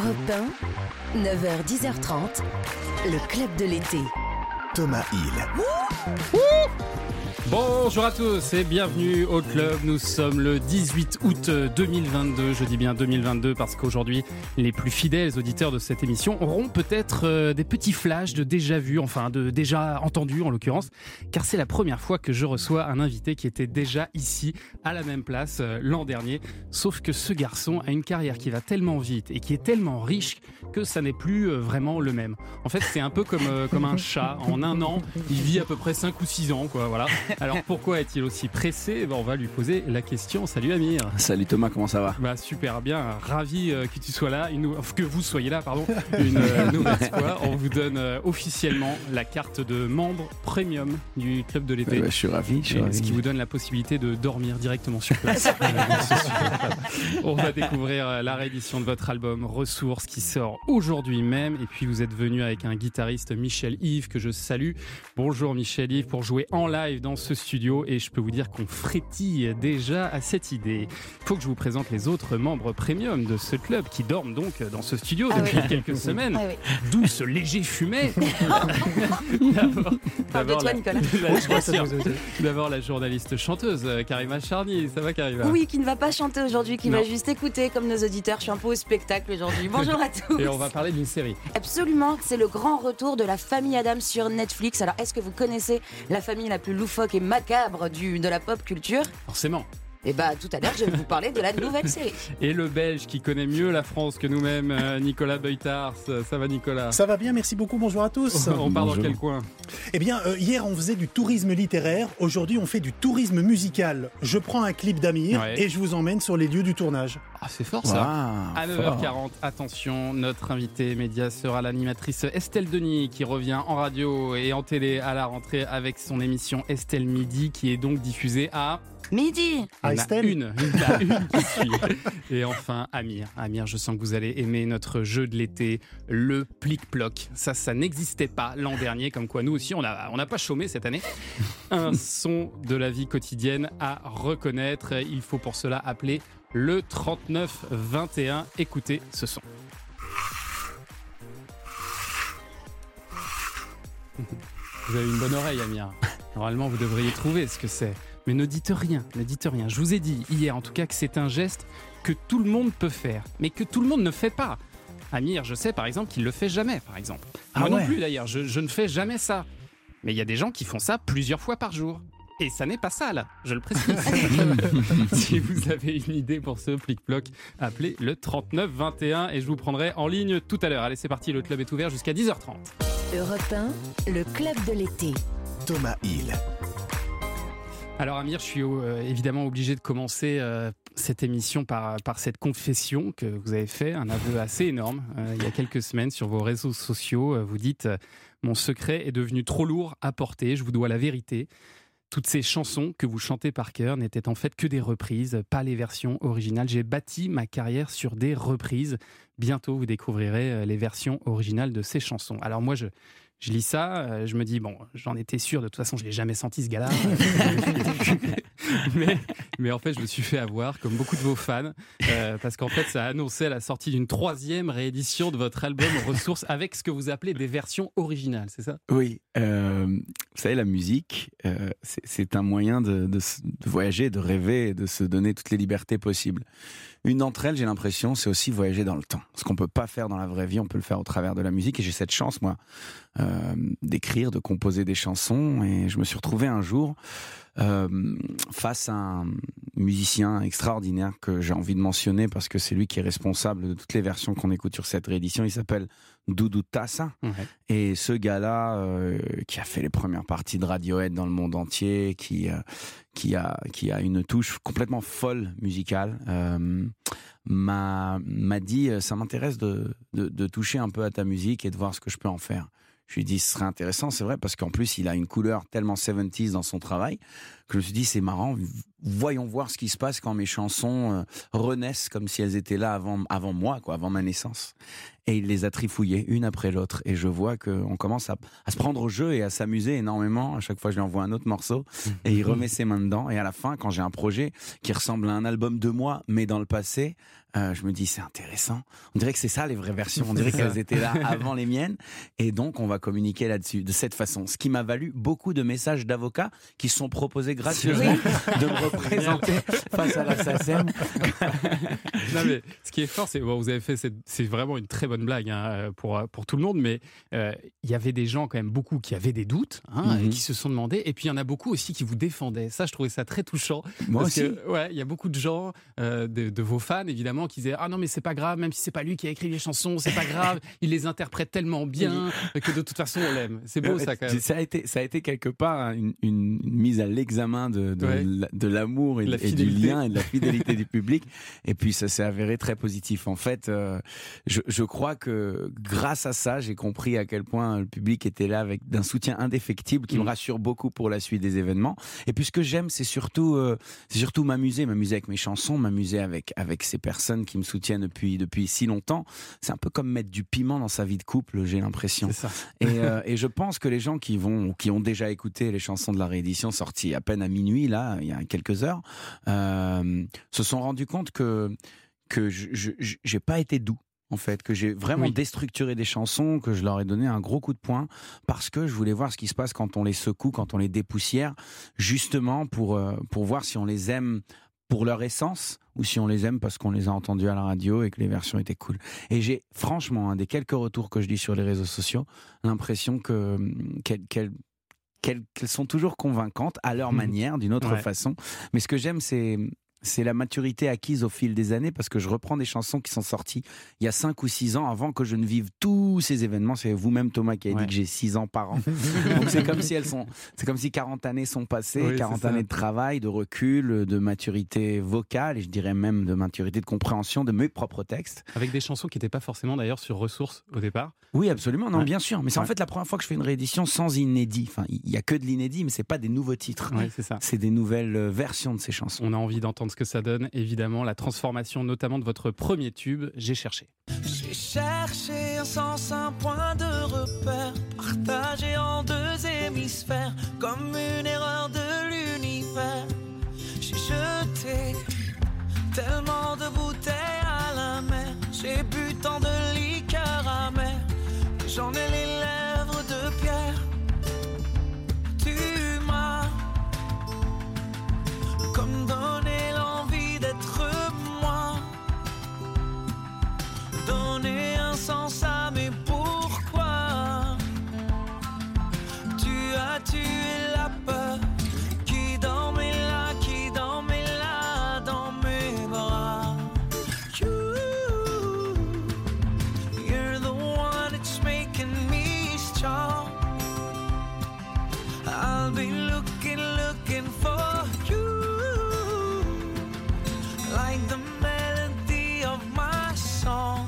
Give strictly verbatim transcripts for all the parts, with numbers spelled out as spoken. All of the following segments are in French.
Europe un, neuf heures dix heures trente, le club de l'été. Thomas Hill. Bonjour à tous et bienvenue au club. Nous sommes le dix-huit août deux mille vingt-deux. Je dis bien deux mille vingt-deux parce qu'aujourd'hui, les plus fidèles auditeurs de cette émission auront peut-être euh, des petits flashs de déjà vu, enfin de déjà entendu en l'occurrence, car c'est la première fois que je reçois un invité qui était déjà ici à la même place euh, l'an dernier. Sauf que ce garçon a une carrière qui va tellement vite et qui est tellement riche que ça n'est plus euh, vraiment le même. En fait, c'est un peu comme, euh, comme un chat. En un an, il vit à peu près cinq ou six ans, quoi, voilà. Alors pourquoi est-il aussi pressé ? Ben, on va lui poser la question. Salut Amir. Salut Thomas, comment ça va ? Bah super bien, ravi euh, que tu sois là, une, que vous soyez là, pardon, une euh, nouvelle fois. On vous donne euh, officiellement la carte de membre premium du club de l'été. Ouais, bah, je suis ravi, je suis Et, ravi. Ce qui vous donne la possibilité de dormir directement sur place. On va découvrir la réédition de votre album Ressources qui sort aujourd'hui même. Et puis vous êtes venu avec un guitariste, Michel Yves, que je salue. Bonjour Michel Yves, pour jouer en live dans ce studio, et je peux vous dire qu'on frétille déjà à cette idée. Il faut que je vous présente les autres membres premium de ce club qui dorment donc dans ce studio ah depuis oui. quelques semaines. Ah oui. D'où ce léger fumet. d'abord, Parle de toi, la, Nicolas. la, sûr, d'abord la journaliste chanteuse Karima Charny. Ça va Karima ? Oui, qui ne va pas chanter aujourd'hui, qui Non. va juste écouter comme nos auditeurs. Je suis un peu au spectacle aujourd'hui. Bonjour à tous. Et on va parler d'une série. Absolument, c'est le grand retour de la famille Adams sur Netflix. Alors, est-ce que vous connaissez la famille la plus loufoque et macabre du, de la pop culture ? Forcément. Et bah tout à l'heure, je vais vous parler de la nouvelle série. Et le Belge qui connaît mieux la France que nous-mêmes, Nicolas Beutars. Ça va Nicolas ? Ça va bien, merci beaucoup, bonjour à tous. On part Bonjour. dans quel coin ? Eh bien, euh, hier on faisait du tourisme littéraire, aujourd'hui on fait du tourisme musical. Je prends un clip d'Amir Ouais. et je vous emmène sur les lieux du tournage. Ah, c'est fort ça. Ah, À neuf heures quarante, attention, notre invitée média sera l'animatrice Estelle Denis qui revient en radio et en télé à la rentrée avec son émission Estelle Midi qui est donc diffusée à... Midi. Ah, Il y en a Estelle une, il y en a une qui suit. Et enfin, Amir. Amir, je sens que vous allez aimer notre jeu de l'été, le plic-ploc. Ça, ça n'existait pas l'an dernier, comme quoi nous aussi, on n'a on n'a pas chômé cette année. Un son de la vie quotidienne à reconnaître. Il faut pour cela appeler le trente-neuf vingt et un. Écoutez ce son. Vous avez une bonne oreille, Amir. Normalement, vous devriez trouver ce que c'est. Mais ne dites rien, ne dites rien. Je vous ai dit hier, en tout cas, que c'est un geste que tout le monde peut faire, mais que tout le monde ne fait pas. Amir, je sais par exemple qu'il le fait jamais, par exemple. Ah Moi ouais. non plus d'ailleurs, je, je ne fais jamais ça. Mais il y a des gens qui font ça plusieurs fois par jour. Et ça n'est pas sale, je le précise. Si vous avez une idée pour ce plic-ploc, appelez le trente-neuf vingt et un et je vous prendrai en ligne tout à l'heure. Allez, c'est parti, le club est ouvert jusqu'à dix heures trente. Europe un, le club de l'été. Thomas Hill. Alors Amir, je suis euh, évidemment obligé de commencer euh, cette émission par, par cette confession que vous avez fait, un aveu assez énorme euh, il y a quelques semaines sur vos réseaux sociaux. Euh, vous dites euh, « Mon secret est devenu trop lourd à porter, je vous dois la vérité ». Toutes ces chansons que vous chantez par cœur n'étaient en fait que des reprises, pas les versions originales. J'ai bâti ma carrière sur des reprises. Bientôt, vous découvrirez euh, les versions originales de ces chansons. Alors moi, je... Je lis ça, euh, je me dis, bon, j'en étais sûr, de toute façon, je ne l'ai jamais senti ce gars-là. mais, mais en fait, je me suis fait avoir, comme beaucoup de vos fans, euh, parce qu'en fait, ça a annoncé la sortie d'une troisième réédition de votre album Ressources avec ce que vous appelez des versions originales, c'est ça ? Oui, euh, vous savez, la musique, euh, c'est, c'est un moyen de, de, de voyager, de rêver et de se donner toutes les libertés possibles. Une d'entre elles, j'ai l'impression, c'est aussi voyager dans le temps. Ce qu'on ne peut pas faire dans la vraie vie, on peut le faire au travers de la musique. Et j'ai cette chance, moi, euh, d'écrire, de composer des chansons. Et je me suis retrouvé un jour euh, face à un musicien extraordinaire que j'ai envie de mentionner parce que c'est lui qui est responsable de toutes les versions qu'on écoute sur cette réédition. Il s'appelle Doudou Tassa. Ouais. Et ce gars-là, euh, qui a fait les premières parties de Radiohead dans le monde entier, qui... Euh, qui a, qui a une touche complètement folle musicale, euh, m'a, m'a dit « ça m'intéresse de, de, de toucher un peu à ta musique et de voir ce que je peux en faire ». Je lui ai dit « ce serait intéressant, c'est vrai, parce qu'en plus il a une couleur tellement soixante-dix dans son travail que je me suis dit c'est marrant, voyons voir ce qui se passe quand mes chansons euh, renaissent comme si elles étaient là avant, avant moi, quoi, avant ma naissance. Et il les a trifouillées une après l'autre. Et je vois qu'on commence à, à se prendre au jeu et à s'amuser énormément. À chaque fois, je lui envoie un autre morceau et il remet ses mains dedans. Et à la fin, quand j'ai un projet qui ressemble à un album de moi, mais dans le passé, euh, je me dis c'est intéressant. On dirait que c'est ça les vraies versions. On dirait qu'elles étaient là avant les miennes. Et donc, on va communiquer là-dessus de cette façon. Ce qui m'a valu beaucoup de messages d'avocats qui se sont proposés gracieusement de me représenter face à la S A C E M. Non mais ce qui est fort, c'est bon, vous avez fait cette, c'est vraiment une très bonne blague hein, pour pour tout le monde, mais il euh, y avait des gens quand même beaucoup qui avaient des doutes, hein, mm-hmm. et qui se sont demandé, et puis il y en a beaucoup aussi qui vous défendaient. Ça, je trouvais ça très touchant. Moi parce aussi. Que, ouais, il y a beaucoup de gens, euh, de, de vos fans évidemment, qui disaient ah non mais c'est pas grave, même si c'est pas lui qui a écrit les chansons, c'est pas grave, il les interprète tellement bien que de toute façon on l'aime. C'est beau ça quand même. Ça a été ça a été quelque part une, une mise à l'examen de de, ouais. de l'amour et, la et du lien et de la fidélité du public. Et puis ça s'est avéré très positif. En fait, euh, je, je crois que grâce à ça, j'ai compris à quel point le public était là avec d'un soutien indéfectible qui mmh. me rassure beaucoup pour la suite des événements. Et puis ce que j'aime, c'est surtout, euh, c'est surtout m'amuser, m'amuser avec mes chansons, m'amuser avec avec ces personnes qui me soutiennent depuis depuis si longtemps. C'est un peu comme mettre du piment dans sa vie de couple, j'ai l'impression. C'est ça. Et, euh, et je pense que les gens qui vont ou qui ont déjà écouté les chansons de la réédition sorties à peine à minuit là, il y a quelques heures, euh, se sont rendus compte que que je, je, je j'ai pas été doux. En fait, que j'ai vraiment oui. déstructuré des chansons, que je leur ai donné un gros coup de poing parce que je voulais voir ce qui se passe quand on les secoue, quand on les dépoussière, justement pour euh, pour voir si on les aime pour leur essence ou si on les aime parce qu'on les a entendus à la radio et que les versions étaient cool. Et j'ai franchement, hein, des quelques retours que je lis sur les réseaux sociaux, l'impression que qu'elles, qu'elles, qu'elles, qu'elles sont toujours convaincantes à leur mmh. manière, d'une autre ouais. façon. Mais ce que j'aime, c'est c'est la maturité acquise au fil des années parce que je reprends des chansons qui sont sorties il y a cinq ou six ans avant que je ne vive tous ces événements. C'est vous-même Thomas qui a ouais. dit que j'ai six ans par an. Donc c'est comme si elles sont, c'est comme si quarante années sont passées, oui, quarante années de travail, de recul, de maturité vocale et je dirais même de maturité de compréhension de mes propres textes. Avec des chansons qui n'étaient pas forcément d'ailleurs sur ressources au départ. Oui, absolument, non, ouais. bien sûr. Mais c'est ouais. en fait la première fois que je fais une réédition sans inédit. Enfin, il y a que de l'inédit, mais c'est pas des nouveaux titres. Ouais, c'est ça. C'est des nouvelles versions de ces chansons. On a envie d'entendre ce que ça donne, évidemment, la transformation notamment de votre premier tube, J'ai cherché. J'ai cherché un sens, un point de repère, partagé en deux hémisphères, comme une erreur de l'univers. J'ai jeté tellement de bouteilles à la mer, j'ai bu tant de liqueurs amères, j'en ai les lèvres de pierre. Tu m'as comme donné l'envie d'être moi, donner un sens à mes pourquoi. Tu as tué la peur qui dormait là, qui dormait là dans mes bras. You, you're the one that's making me strong. I'll be looking, looking for you. Like the melody of my song.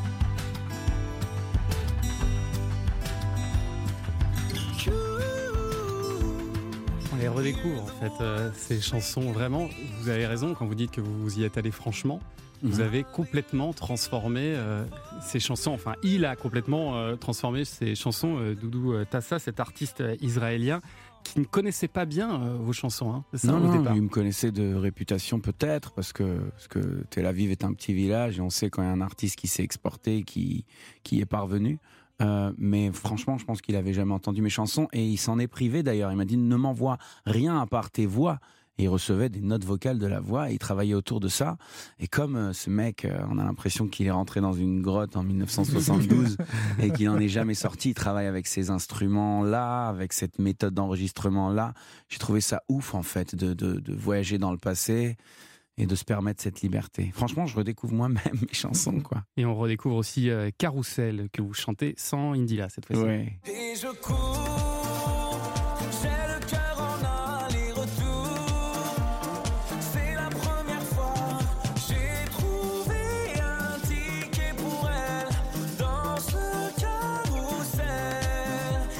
On les redécouvre en fait, euh, ces chansons vraiment. Vous avez raison quand vous dites que vous vous y êtes allé franchement. Vous mmh. avez complètement transformé euh, ces chansons. Enfin, il a complètement euh, transformé ces chansons. Euh, Doudou euh, Tassa, cet artiste euh, israélien qui ne connaissait pas bien euh, vos chansons. Hein, c'est ça, non, au non, départ. Il me connaissait de réputation peut-être parce que, parce que Tel Aviv est un petit village et on sait quand il y a un artiste qui s'est exporté, qui, qui est parvenu. Euh, mais franchement, je pense qu'il avait jamais entendu mes chansons et il s'en est privé d'ailleurs. Il m'a dit ne m'envoie rien à part tes voix. Et il recevait des notes vocales de la voix et il travaillait autour de ça. Et comme euh, ce mec, euh, on a l'impression qu'il est rentré dans une grotte en dix-neuf cent soixante-douze et qu'il n'en est jamais sorti, il travaille avec ces instruments-là, avec cette méthode d'enregistrement-là. J'ai trouvé ça ouf en fait de, de, de voyager dans le passé et de se permettre cette liberté. Franchement, je redécouvre moi-même mes chansons, quoi. Et on redécouvre aussi euh, Carousel, que vous chantez sans Indila cette fois-ci. Ouais. Et je cours, j'ai le cœur en aller-retour. C'est la première fois, j'ai trouvé un ticket pour elle dans ce carrousel. Ça montre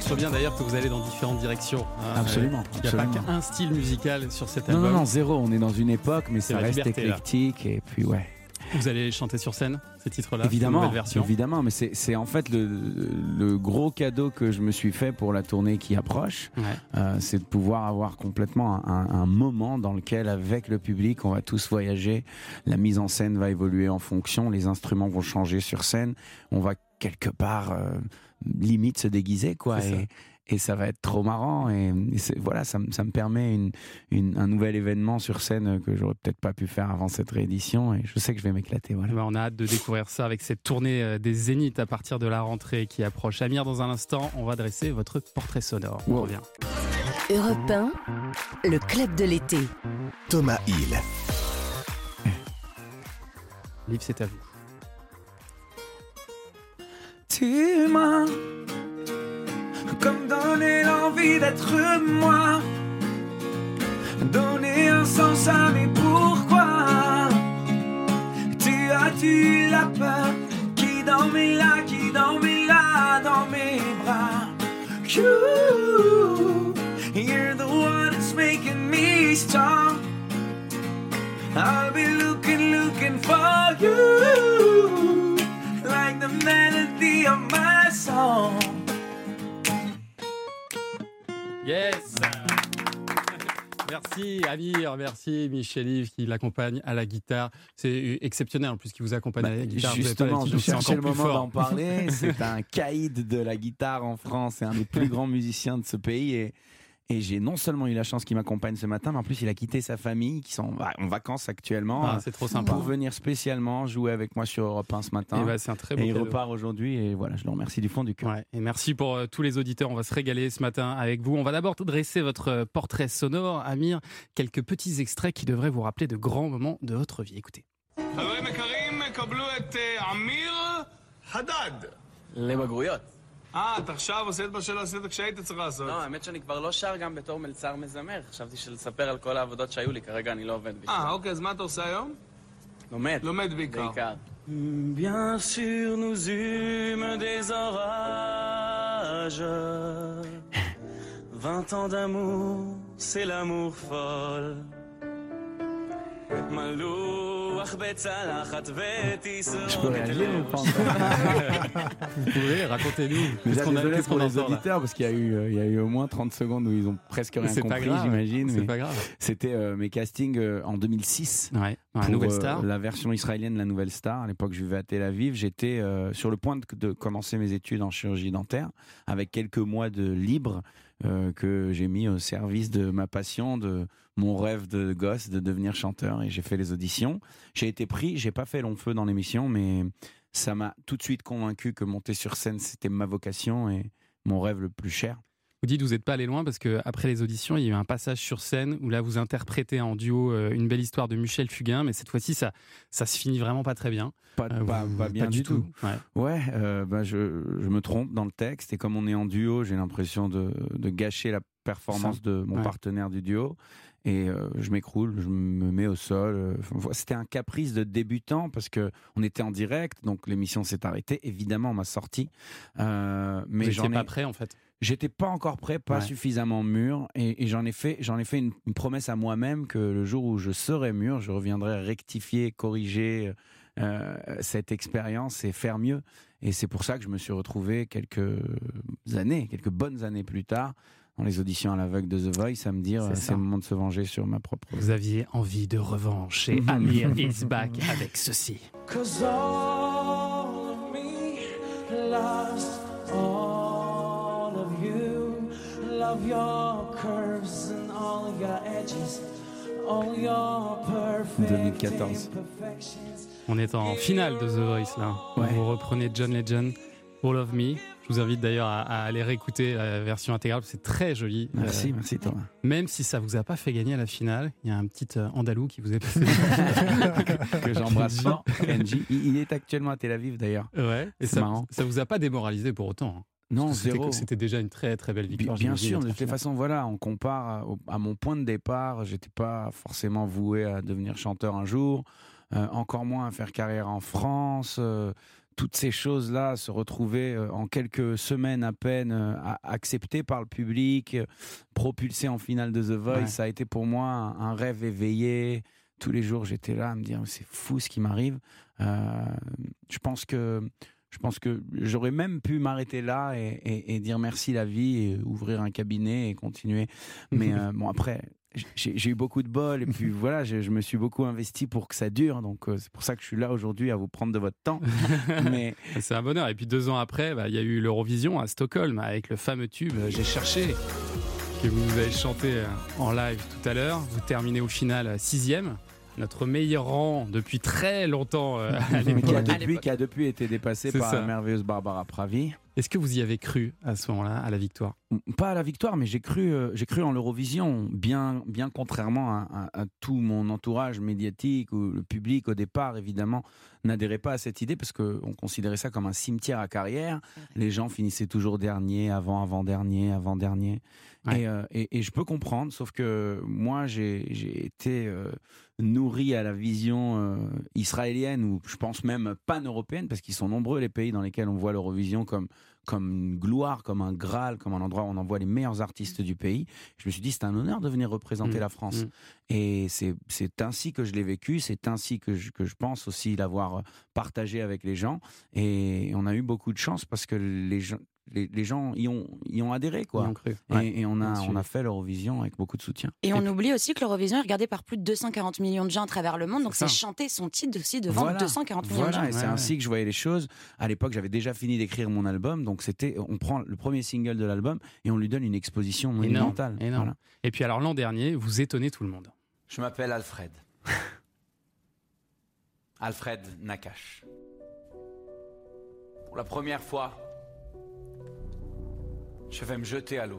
montre bien d'ailleurs que vous allez dans différentes directions. Hein. Absolument. Il n'y a absolument. pas qu'un style musical sur cet Non, album. non, non, zéro. On est dans une époque, mais C'est ça la reste liberté, là. éclectique. Et puis, ouais. Vous allez chanter sur scène ces titres-là, Évidemment, cette nouvelle version. évidemment, mais c'est, c'est en fait le, le gros cadeau que je me suis fait pour la tournée qui approche, Ouais. euh, c'est de pouvoir avoir complètement un, un moment dans lequel, avec le public, on va tous voyager. La mise en scène va évoluer en fonction, les instruments vont changer sur scène, on va quelque part euh, limite se déguiser, quoi. C'est ça. Et, et ça va être trop marrant. Et, et c'est, voilà, ça, me- ça me permet une, une, un nouvel événement sur scène que j'aurais peut-être pas pu faire avant cette réédition. Et je sais que je vais m'éclater. Voilà. Eh ben, on a hâte de découvrir ça avec cette tournée euh, des Zéniths à partir de la rentrée qui approche. Amir, dans un instant, on va dresser votre portrait sonore. On Wow. revient. Europe un, le club de l'été. Thomas Hill. Liv, c'est à vous. Tu m'as comme donné l'envie d'être moi, donner un sens à mes pourquoi. Tu as tué la peur qui dormait là, qui dormait là dans mes bras. You, you're the one that's making me strong. I'll be looking, looking for you, like the melody of my song. Yes. Merci Amir, merci Michel Yves qui l'accompagne à la guitare. C'est exceptionnel en plus qu'il vous accompagne à la guitare. Vous avez pas Justement, l'habitude, je donc c'est cherchais le encore plus moment fort. d'en parler. C'est un caïd de la guitare en France. C'est un des plus grands musiciens de ce pays. Et, et j'ai non seulement eu la chance qu'il m'accompagne ce matin, mais en plus, il a quitté sa famille qui sont en vacances actuellement Ah, c'est trop sympa. pour venir spécialement jouer avec moi sur Europe un ce matin. Et bah, c'est un très beau Et il cadeau. repart aujourd'hui. Et voilà, je le remercie du fond du cœur. Ouais, et merci pour euh, tous les auditeurs. On va se régaler ce matin avec vous. On va d'abord dresser votre euh, portrait sonore. Amir, quelques petits extraits qui devraient vous rappeler de grands moments de votre vie. Écoutez. חברים יקרים, קבלו את אה, אמיר חדד. לבגרויות. אה, אתה עכשיו עושה את מה שלא עשית כשהיית צריך לעשות. לא, האמת שאני כבר לא שר גם בתור מלצר מזמר. חשבתי שלספר על כל העבודות שהיו לי, כרגע אני לא עובד בכלל. אה, אוקיי, אז מה אתה עושה היום? לומד. לומד בעיקר. בעיקר. Bien sûr, nous eûmes des orages. Vingt ans d'amour, c'est l'amour folle. מלוח בצלחת וטיסות. Je peux réagir ou pas Vous pouvez, racontez-nous. Qu'est-ce Déjà, qu'on a- désolé qu'est-ce pour qu'on les entend, là auditeurs parce qu'il y a eu, euh, il y a eu au moins trente secondes où ils ont presque rien C'est pas compris, grave, j'imagine. C'est mais pas grave. C'était euh, mes castings euh, en deux mille six. Ouais, ouais, Pour Nouvelle euh, Star. la version israélienne, la Nouvelle Star. À l'époque, je vivais à Tel Aviv. J'étais euh, sur le point de, de commencer mes études en chirurgie dentaire, avec quelques mois de libre euh, que j'ai mis au service de ma passion, de mon rêve de gosse, de devenir chanteur. Et j'ai fait les auditions. J'ai été pris. J'ai pas fait long feu dans l'émission, mais ça m'a tout de suite convaincu que monter sur scène, c'était ma vocation et mon rêve le plus cher. Vous dites, vous n'êtes pas allé loin parce qu'après les auditions, il y a eu un passage sur scène où là, vous interprétez en duo euh, une belle histoire de Michel Fugain, mais cette fois-ci, ça, ça se finit vraiment pas très bien. Pas, Euh, pas, vous- pas bien du tout. Ouais. Ouais, euh, bah je, je me trompe dans le texte et comme on est en duo, j'ai l'impression de, de gâcher la performance Ça, de mon ouais. partenaire du duo et euh, je m'écroule, je me mets au sol. euh, enfin, voilà, c'était un caprice de débutant parce que on était en direct, donc l'émission s'est arrêtée. Évidemment, on m'a sorti, euh, mais Vous j'en n'étiez ai pas prêt, en fait. J'étais pas encore prêt, pas Ouais. suffisamment mûr, et, et j'en ai fait, j'en ai fait une, une promesse à moi-même que le jour où je serai mûr, je reviendrai rectifier, corriger euh, cette expérience et faire mieux. Et c'est pour ça que je me suis retrouvé quelques années, quelques bonnes années plus tard, dans les auditions à l'aveugle de The Voice, à me dire C'est euh, ça. c'est le moment de se venger sur ma propre. Vous aviez envie de revanche et Amir is back avec ceci. Cause all of me lost all of you. Love your curves and all your edges, all your perfect deux mille quatorze. imperfections. On est en finale de The Voice là. Ouais. Vous reprenez John Legend, All of Me. Je vous invite d'ailleurs à, à aller réécouter la version intégrale, c'est très joli. Merci, Euh, merci Thomas. même si ça vous a pas fait gagner à la finale, il y a un petit euh, andalou qui vous est passé. Que j'embrasse fort. Kenji, il, il est actuellement à Tel Aviv d'ailleurs. Ouais. Et C'est ça, marrant. ça vous a pas démoralisé pour autant. hein. Non, Parce que c'était- zéro. C'était déjà une très très belle Bi- victoire. Bien j'imagine, sûr, de d'être en toutes les finale. façons, voilà, on compare à, au- à mon point de départ. J'étais pas forcément voué à devenir chanteur un jour, euh, encore moins à faire carrière en France. euh, toutes ces choses-là se retrouver en quelques semaines à peine euh, acceptées par le public, propulsées en finale de The Voice, ouais. ça a été pour moi un, un rêve éveillé. Tous les jours, j'étais là à me dire c'est fou ce qui m'arrive. Euh, je pense que je pense que j'aurais même pu m'arrêter là et, et, et dire merci la vie et ouvrir un cabinet et continuer. Mais euh, bon après. J'ai, j'ai eu beaucoup de bol et puis voilà, je, je me suis beaucoup investi pour que ça dure, donc euh, c'est pour ça que je suis là aujourd'hui à vous prendre de votre temps. Mais c'est un bonheur. Et puis deux ans après, bah, y a eu l'Eurovision à Stockholm avec le fameux tube euh, J'ai cherché, que vous avez chanté en live tout à l'heure. Vous terminez au final sixième. Notre meilleur rang depuis très longtemps euh, à l'époque. qui, a depuis, qui a depuis été dépassé c'est par ça. la merveilleuse Barbara Pravi. Est-ce que vous y avez cru à ce moment-là, à la victoire ? Pas à la victoire, mais j'ai cru, euh, j'ai cru en l'Eurovision, bien, bien contrairement à, à, à tout mon entourage médiatique, où le public au départ, évidemment, n'adhérait pas à cette idée parce qu'on considérait ça comme un cimetière à carrière. Les gens finissaient toujours dernier, avant, avant-dernier, avant-dernier. Ouais. Et, euh, et, et je peux comprendre, sauf que moi, j'ai, j'ai été euh, nourri à la vision euh, israélienne, ou je pense même pan-européenne, parce qu'ils sont nombreux les pays dans lesquels on voit l'Eurovision comme, comme une gloire, comme un Graal, comme un endroit où on envoie les meilleurs artistes du pays. Je me suis dit, c'est un honneur de venir représenter mmh. la France. Mmh. Et c'est, c'est ainsi que je l'ai vécu, c'est ainsi que je, que je pense aussi l'avoir partagé avec les gens. Et on a eu beaucoup de chance parce que les gens... Les, les gens y ont, y ont adhéré, quoi. Ont cru. Et, Ouais. et on a, on a fait l'Eurovision avec beaucoup de soutien. Et, et on puis... oublie aussi que l'Eurovision est regardée par plus de deux cent quarante millions de gens à travers le monde, donc c'est, c'est chanter son titre aussi devant voilà. deux cent quarante millions voilà. de gens. Et c'est ouais, ainsi ouais. que je voyais les choses. À l'époque, j'avais déjà fini d'écrire mon album, donc c'était, on prend le premier single de l'album et on lui donne une exposition monumentale. Énorme. Énorme. Voilà. Et puis alors l'an dernier, vous étonnez tout le monde. Je m'appelle Alfred. Alfred Nakache. Pour la première fois, je vais me jeter à l'eau.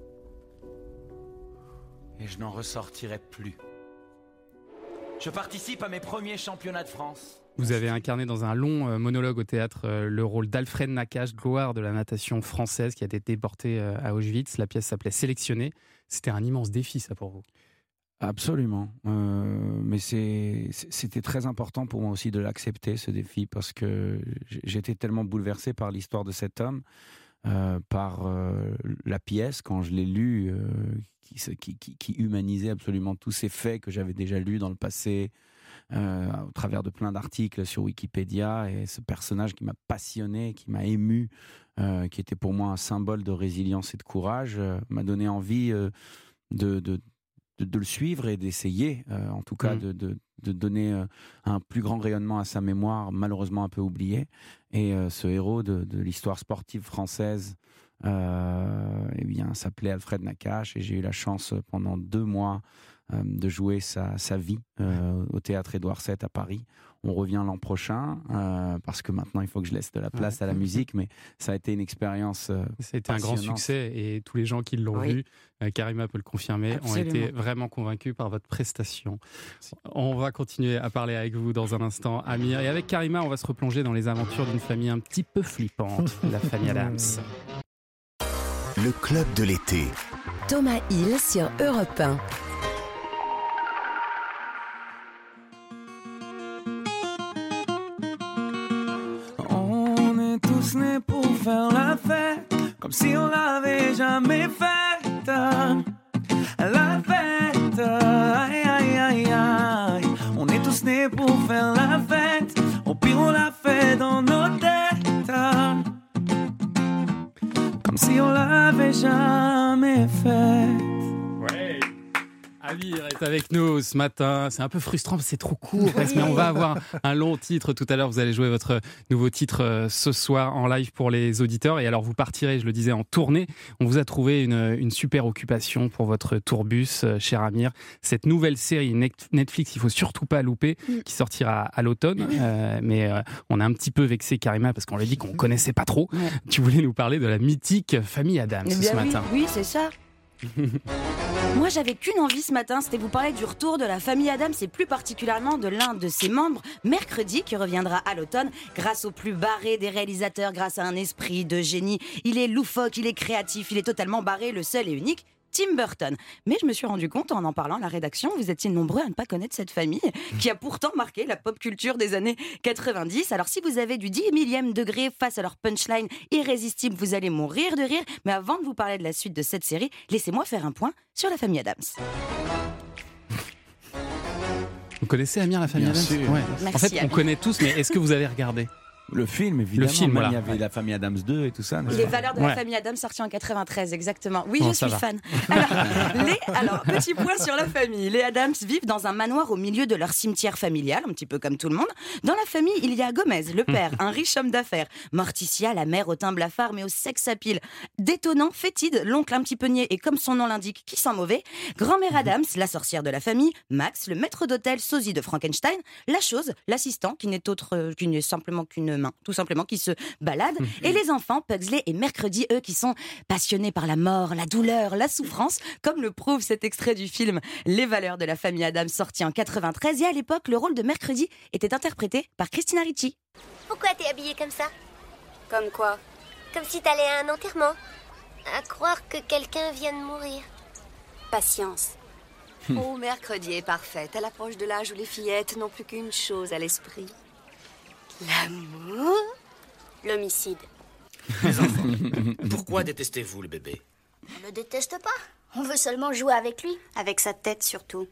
Et je n'en ressortirai plus. Je participe à mes premiers championnats de France. Vous avez incarné dans un long euh, monologue au théâtre euh, le rôle d'Alfred Nakache, gloire de la natation française qui a été déportée euh, à Auschwitz. La pièce s'appelait Sélectionné. C'était un immense défi, ça, pour vous. Absolument. Euh, mais c'est, c'était très important pour moi aussi de l'accepter, ce défi, parce que j'étais tellement bouleversé par l'histoire de cet homme. Euh, par euh, la pièce, quand je l'ai lue, euh, qui, qui, qui, qui humanisait absolument tous ces faits que j'avais déjà lus dans le passé, euh, au travers de plein d'articles sur Wikipédia, et ce personnage qui m'a passionné, qui m'a ému, euh, qui était pour moi un symbole de résilience et de courage, euh, m'a donné envie euh, de, de, de, de le suivre et d'essayer, euh, en tout cas, mmh. de, de, de donner euh, un plus grand rayonnement à sa mémoire, malheureusement un peu oubliée. Et euh, ce héros de, de l'histoire sportive française, euh, eh bien, s'appelait Alfred Nakache, et j'ai eu la chance pendant deux mois euh, de jouer sa, sa vie euh, au théâtre Édouard sept à Paris. On revient l'an prochain, euh, parce que maintenant il faut que je laisse de la place ouais. à la musique, mais ça a été une expérience euh, Ça a été un grand succès, et tous les gens qui l'ont oui. vu, euh, Karima peut le confirmer, Absolument. ont été vraiment convaincus par votre prestation. On va continuer à parler avec vous dans un instant, Amir. Et avec Karima, on va se replonger dans les aventures d'une famille un petit peu flippante, la famille Adams. Le club de l'été. Thomas Hill sur Europe un. Tous nés pour faire la fête, comme si on l'avait jamais faite. La fête, aïe aïe aïe aïe. On est tous nés pour faire la fête, au pire on la fait dans nos têtes, comme si on l'avait jamais faite. Ouais. Amir est avec nous ce matin. C'est un peu frustrant parce que c'est trop court, mais on va avoir un long titre tout à l'heure. Vous allez jouer votre nouveau titre ce soir en live pour les auditeurs. Et alors vous partirez, je le disais, en tournée. On vous a trouvé une, une super occupation pour votre tourbus, cher Amir. Cette nouvelle série Netflix, il faut surtout pas louper, qui sortira à l'automne. Euh, mais euh, on a un petit peu vexé Karima parce qu'on lui a dit qu'on connaissait pas trop. Ouais. Tu voulais nous parler de la mythique famille Adams eh ce bien matin. Oui, oui c'est ça. Moi j'avais qu'une envie ce matin, c'était vous parler du retour de la famille Adams et plus particulièrement de l'un de ses membres, Mercredi, qui reviendra à l'automne grâce au plus barré des réalisateurs, grâce à un esprit de génie. Il est loufoque, il est créatif, il est totalement barré, le seul et unique Tim Burton. Mais je me suis rendu compte en en parlant à la rédaction, vous étiez nombreux à ne pas connaître cette famille qui a pourtant marqué la pop culture des années quatre-vingt-dix. Alors si vous avez du dix millième degré face à leur punchline irrésistible, vous allez mourir de rire. Mais avant de vous parler de la suite de cette série, laissez-moi faire un point sur la famille Addams. Vous connaissez Amir, la famille Bien Addams? sûr. Ouais. Merci, En fait, on Amir. connaît tous, mais est-ce que vous avez regardé? Le film, évidemment. Le film, Même, voilà. il y avait la famille Addams deux et tout ça. n'est-ce Les pas valeurs de Ouais. la famille Addams sorties en quatre-vingt-treize, exactement. Oui, Bon, je ça suis va. fan. Alors, les, alors, petit point sur la famille. Les Addams vivent dans un manoir au milieu de leur cimetière familial, un petit peu comme tout le monde. Dans la famille, il y a Gomez, le père, un riche homme d'affaires. Morticia, la mère au teint blafard mais au sex appeal. Détonnant, fétide, l'oncle un petit peu niais et comme son nom l'indique, qui sent mauvais. Grand-mère Addams, la sorcière de la famille. Max, le maître d'hôtel, sosie de Frankenstein. La chose, l'assistant, qui n'est autre, euh, qui n'est simplement qu'une main, tout simplement, qui se balade. Et les enfants, Pugsley et Mercredi, eux, qui sont passionnés par la mort, la douleur, la souffrance, comme le prouve cet extrait du film Les valeurs de la famille Addams, sorti en quatre-vingt-treize. Et à l'époque, le rôle de Mercredi était interprété par Christina Ricci. Pourquoi t'es habillée comme ça? Comme quoi? Comme si t'allais à un enterrement. À croire que quelqu'un vient de mourir. Patience. Oh, Mercredi est parfaite. À l'approche de l'âge où les fillettes n'ont plus qu'une chose à l'esprit. L'amour. L'homicide. Les enfants, pourquoi détestez-vous le bébé? On le déteste pas. On veut seulement jouer avec lui. Avec sa tête surtout.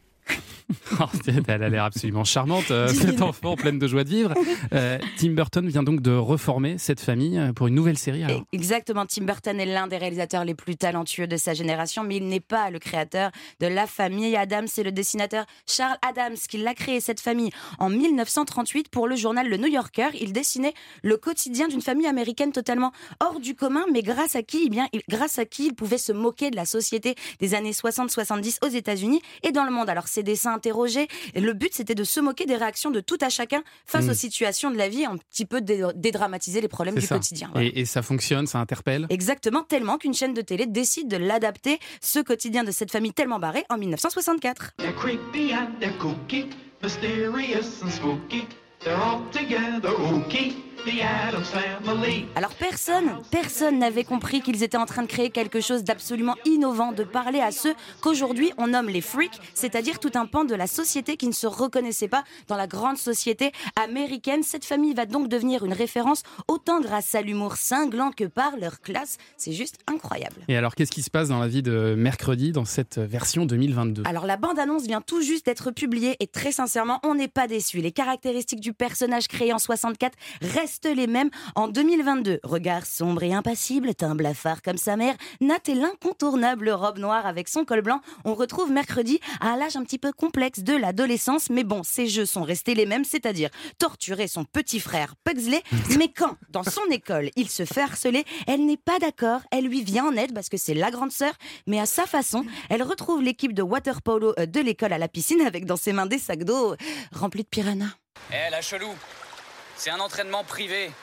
Oh, elle a l'air absolument charmante, euh, cet enfant pleine de joie de vivre. Euh, Tim Burton vient donc de reformer cette famille pour une nouvelle série. Alors. Exactement, Tim Burton est l'un des réalisateurs les plus talentueux de sa génération, mais il n'est pas le créateur de la famille Addams. C'est le dessinateur Charles Addams qui l'a créé, cette famille, en mille neuf cent trente-huit pour le journal Le New Yorker. Il dessinait le quotidien d'une famille américaine totalement hors du commun, mais grâce à qui, eh bien, il, grâce à qui il pouvait se moquer de la société des années soixante soixante-dix aux États-Unis et dans le monde. Alors, ces dessins interrogés, le but c'était de se moquer des réactions de tout à chacun face mmh. aux situations de la vie, un petit peu dé- dédramatiser les problèmes C'est du ça. quotidien. Voilà. Et, et ça fonctionne, ça interpelle. Exactement, tellement qu'une chaîne de télé décide de l'adapter, ce quotidien de cette famille tellement barrée, en mille neuf cent soixante-quatre. They're creepy and they're kooky, mysterious and spooky. They're all together ooky. The Addams Family. Alors personne, personne n'avait compris qu'ils étaient en train de créer quelque chose d'absolument innovant, de parler à ceux qu'aujourd'hui on nomme les freaks, c'est-à-dire tout un pan de la société qui ne se reconnaissait pas dans la grande société américaine. Cette famille va donc devenir une référence autant grâce à l'humour cinglant que par leur classe. C'est juste incroyable. Et alors qu'est-ce qui se passe dans la vie de Mercredi dans cette version deux mille vingt-deux? Alors la bande-annonce vient tout juste d'être publiée et très sincèrement, on n'est pas déçus. Les caractéristiques du personnage créé en soixante-quatre restent les mêmes en deux mille vingt-deux. Regard sombre et impassible, teint blafard comme sa mère, Nat et l'incontournable robe noire avec son col blanc. On retrouve Mercredi à l'âge un petit peu complexe de l'adolescence, mais bon, ses jeux sont restés les mêmes, c'est-à-dire torturer son petit frère Pugsley. Mais quand, dans son école, il se fait harceler, elle n'est pas d'accord, elle lui vient en aide parce que c'est la grande sœur, mais à sa façon, elle retrouve l'équipe de water polo de l'école à la piscine avec dans ses mains des sacs d'eau remplis de piranhas. Eh, la chelou, c'est un entraînement privé.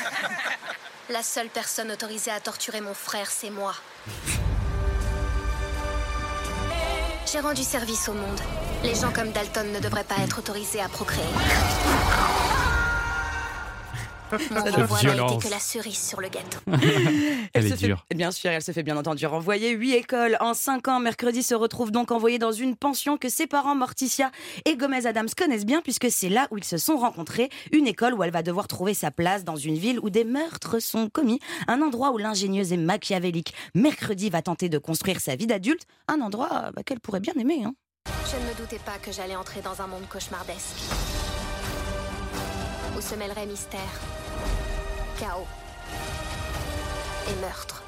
La seule personne autorisée à torturer mon frère, c'est moi. J'ai rendu service au monde. Les gens comme Dalton ne devraient pas être autorisés à procréer. Mon renvoi n'a été que la cerise sur le gâteau. Elle, elle est se dure. Fait, bien sûr, elle se fait bien entendu renvoyer. Huit écoles en cinq ans. Mercredi se retrouve donc envoyé dans une pension que ses parents Morticia et Gomez Addams connaissent bien puisque c'est là où ils se sont rencontrés. Une école où elle va devoir trouver sa place dans une ville où des meurtres sont commis. Un endroit où l'ingénieuse et machiavélique Mercredi va tenter de construire sa vie d'adulte. Un endroit bah, qu'elle pourrait bien aimer. Hein. Je ne me doutais pas que j'allais entrer dans un monde cauchemardesque. Où se mêlerait mystère, chaos et meurtre.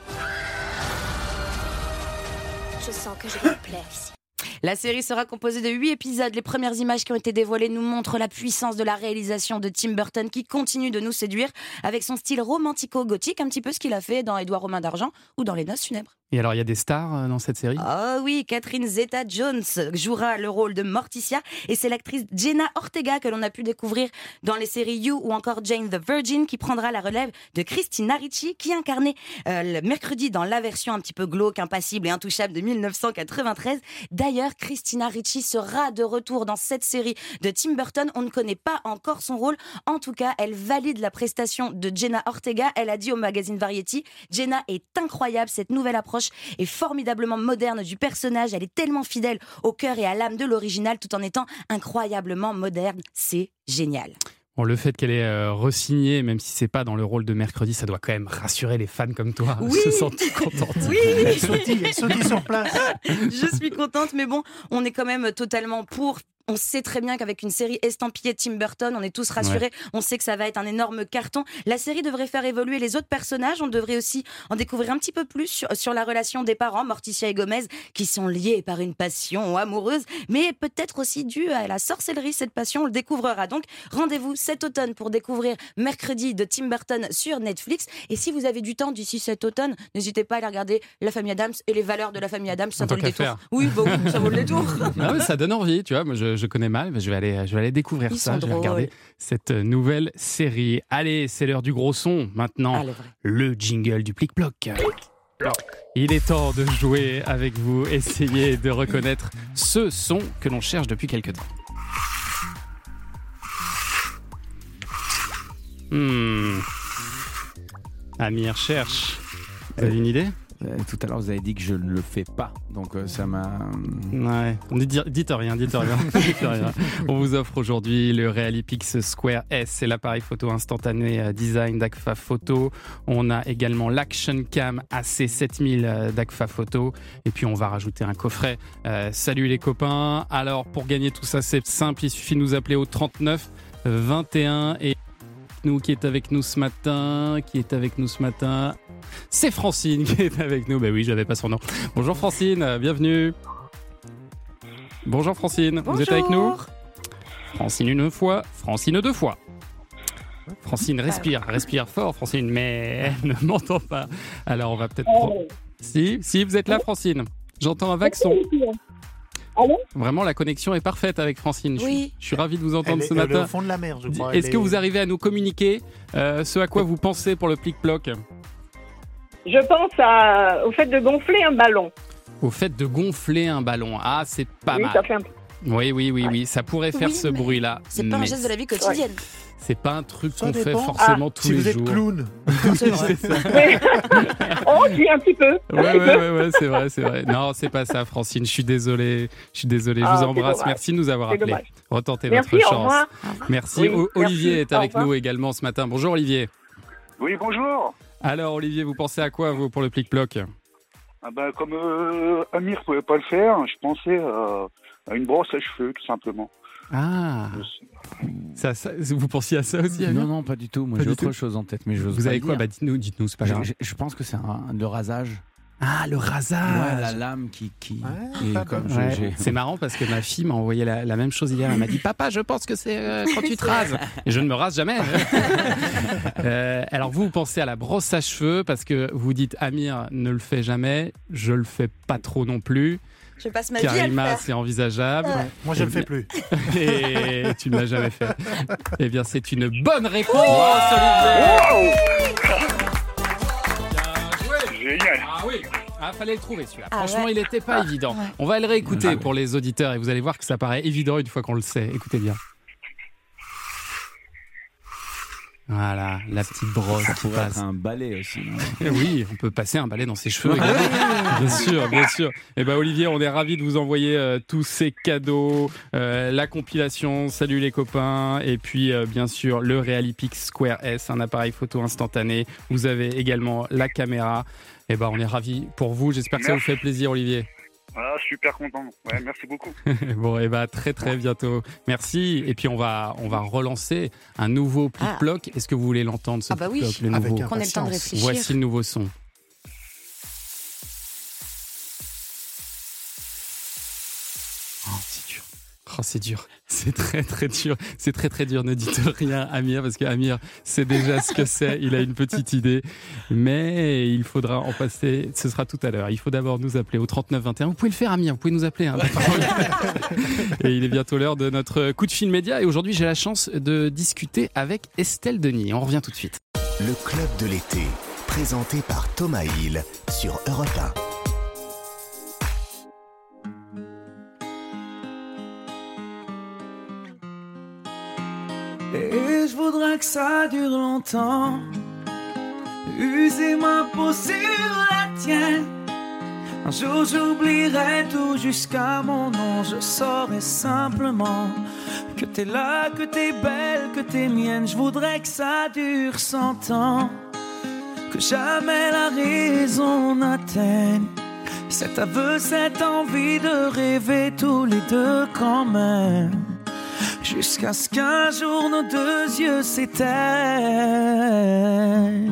Je sens que je vais me plaire ici. La série sera composée de huit épisodes. Les premières images qui ont été dévoilées nous montrent la puissance de la réalisation de Tim Burton qui continue de nous séduire avec son style romantico-gothique, un petit peu ce qu'il a fait dans Édouard Romain d'Argent ou dans Les Noces funèbres. Et alors, il y a des stars dans cette série? Oh oui, Catherine Zeta-Jones jouera le rôle de Morticia et c'est l'actrice Jenna Ortega que l'on a pu découvrir dans les séries You ou encore Jane the Virgin qui prendra la relève de Christina Ricci qui incarnait euh, le Mercredi dans la version un petit peu glauque, impassible et intouchable de mille neuf cent quatre-vingt-treize. D'ailleurs, Christina Ricci sera de retour dans cette série de Tim Burton. On ne connaît pas encore son rôle. En tout cas, elle valide la prestation de Jenna Ortega. Elle a dit au magazine Variety, Jenna est incroyable, cette nouvelle approche proche et formidablement moderne du personnage. Elle est tellement fidèle au cœur et à l'âme de l'original tout en étant incroyablement moderne. C'est génial. Bon, le fait qu'elle ait euh, re-signé, même si c'est pas dans le rôle de Mercredi, ça doit quand même rassurer les fans comme toi. Oui. Se sentent contentes. Oui. Elle sautille, elle sautille sur place. Je suis contente, mais bon, on est quand même totalement pour. On sait très bien qu'avec une série estampillée Tim Burton, on est tous rassurés. Ouais. On sait que ça va être un énorme carton. La série devrait faire évoluer les autres personnages. On devrait aussi en découvrir un petit peu plus sur, sur la relation des parents, Morticia et Gomez, qui sont liés par une passion amoureuse, mais peut-être aussi due à la sorcellerie. Cette passion, on le découvrira. Donc, rendez-vous cet automne pour découvrir Mercredi de Tim Burton sur Netflix. Et si vous avez du temps d'ici cet automne, n'hésitez pas à aller regarder La Famille Addams et les valeurs de La Famille Addams. Ça vaut le détour. Oui, bah oui, ça vaut le détour. Ah ouais, ça donne envie, tu vois. Moi, je je connais mal, mais je vais aller, je vais aller découvrir Ils ça. Je vais drôles. regarder cette nouvelle série. Allez, c'est l'heure du gros son. Maintenant, ah, le jingle du Plic-Ploc. Il est temps de jouer avec vous. Essayez de reconnaître ce son que l'on cherche depuis quelque temps. Hmm. Amir cherche. Vous avez une idée ? Euh, tout à l'heure, vous avez dit que je ne le fais pas, donc euh, ça m'a... Ouais, dites, dites rien, dites rien, dites rien. On vous offre aujourd'hui le Realipix Square S, c'est l'appareil photo instantané euh, design d'Agfa Photo. On a également l'Action Cam A C sept mille euh, d'Agfa Photo. Et puis on va rajouter un coffret. Euh, salut les copains. Alors pour gagner tout ça, c'est simple, il suffit de nous appeler au trente-neuf vingt et un et nous qui est avec nous ce matin, qui est avec nous ce matin. C'est Francine qui est avec nous. Ben oui, j'avais pas son nom. Bonjour Francine, bienvenue. Bonjour Francine, Bonjour. Vous êtes avec nous ? Francine une fois, Francine deux fois. Francine respire, respire fort Francine, mais elle ne m'entend pas. Alors on va peut-être... Pro... Si, si, vous êtes là Francine. J'entends un vague son. Allô ? Vraiment, la connexion est parfaite avec Francine. Je, oui. suis, je suis ravi de vous entendre elle ce est, matin. Elle est au fond de la mer, je crois. Est-ce elle que est... vous arrivez à nous communiquer euh, ce à quoi vous pensez pour le Plic-Ploc ? Je pense à, au fait de gonfler un ballon. Au fait de gonfler un ballon. Ah, c'est pas oui, mal. Ça fait un... Oui, oui, oui, oui. Ça pourrait faire oui, ce bruit-là. C'est pas un geste de la vie quotidienne. Ouais. C'est pas un truc ça qu'on dépend. fait forcément ah, tous si les vous êtes jours. Clown. C'est vrai. C'est ça. Ouais. Oh, si, un petit peu. Ouais, ouais, ouais, ouais, c'est vrai, c'est vrai. Non, c'est pas ça, Francine. Je suis désolé. Je suis désolé. Je ah, vous embrasse. Dommage. Merci de nous avoir c'est appelés. Dommage. Retentez merci, votre au chance. revoir. Merci. Oui, O- Olivier merci. est avec Au revoir. nous également ce matin. Bonjour Olivier. Oui, bonjour. Alors Olivier, vous pensez à quoi vous pour le Plic-Ploc ? Ah ben, comme euh, Amir pouvait pas le faire, je pensais euh, à une brosse à cheveux, tout simplement. Ah. Ça, ça, vous pensiez à ça aussi, Amir ? Non, non, pas du tout. Moi, Pas j'ai du autre tout. chose en tête, mais je Vous avez quoi ? Bah, dites-nous, dites-nous, c'est pas je, grave. je, je pense que c'est un, le rasage. Ah, le rasage. Ouais, la lame qui... qui Ouais, et pas comme Ouais. je, j'ai... C'est marrant parce que ma fille m'a envoyé la, la même chose hier. Elle m'a dit « Papa, je pense que c'est euh, quand tu te rases. » Et je ne me rase jamais. euh, alors vous, vous pensez à la brosse à cheveux parce que vous dites « Amir ne le fait jamais. Je le fais pas trop non plus. » Je passe ma vie à le Karima, faire. c'est envisageable. Ouais. Moi, je ne le fais plus. Et tu ne l'as jamais fait. Eh bien, c'est une bonne réponse, Olivier. Génial. Ah oui. Ah, fallait le trouver celui-là. Ah Franchement, ouais. il n'était pas évident. Ouais. On va le réécouter pour les auditeurs et vous allez voir que ça paraît évident une fois qu'on le sait. Écoutez bien. Voilà, la petite brosse Ça qui pourrait passe. être un balai aussi. non Eh oui, on peut passer un balai dans ses cheveux. également. Bien sûr, bien sûr. Eh ben Olivier, on est ravis de vous envoyer euh, tous ces cadeaux, euh, la compilation, salut les copains, et puis euh, bien sûr le Realipix Square S, un appareil photo instantané. Vous avez également la caméra. Eh ben on est ravis pour vous. J'espère que ça vous fait plaisir, Olivier. Ah, super content. Ouais, merci beaucoup. Bon, et bah très très bientôt. Merci. Et puis on va on va relancer un nouveau Plic-Ploc. Est-ce que vous voulez l'entendre ce Ah bah oui. Plic-Ploc, le Avec nouveau Qu'on ait le temps de impatience. réfléchir. Voici le nouveau son. Oh, c'est dur. Oh, c'est dur. C'est très, très dur. C'est très, très dur. Ne dites rien, Amir, parce que Amir sait déjà ce que c'est. Il a une petite idée. Mais il faudra en passer. Ce sera tout à l'heure. Il faut d'abord nous appeler au trente-neuf vingt et un. Vous pouvez le faire, Amir. Vous pouvez nous appeler. Hein, et il est bientôt l'heure de notre coup de fil média. Et aujourd'hui, j'ai la chance de discuter avec Estelle Denis. On revient tout de suite. Le club de l'été, présenté par Thomas Hill sur Europe un. Et je voudrais que ça dure longtemps. User ma peau sur la tienne. Un jour j'oublierai tout jusqu'à mon nom. Je saurai simplement que t'es là, que t'es belle, que t'es mienne. Je voudrais que ça dure cent ans, que jamais la raison n'atteigne cet aveu, cette envie de rêver tous les deux quand même, jusqu'à ce qu'un jour nos deux yeux s'éteignent.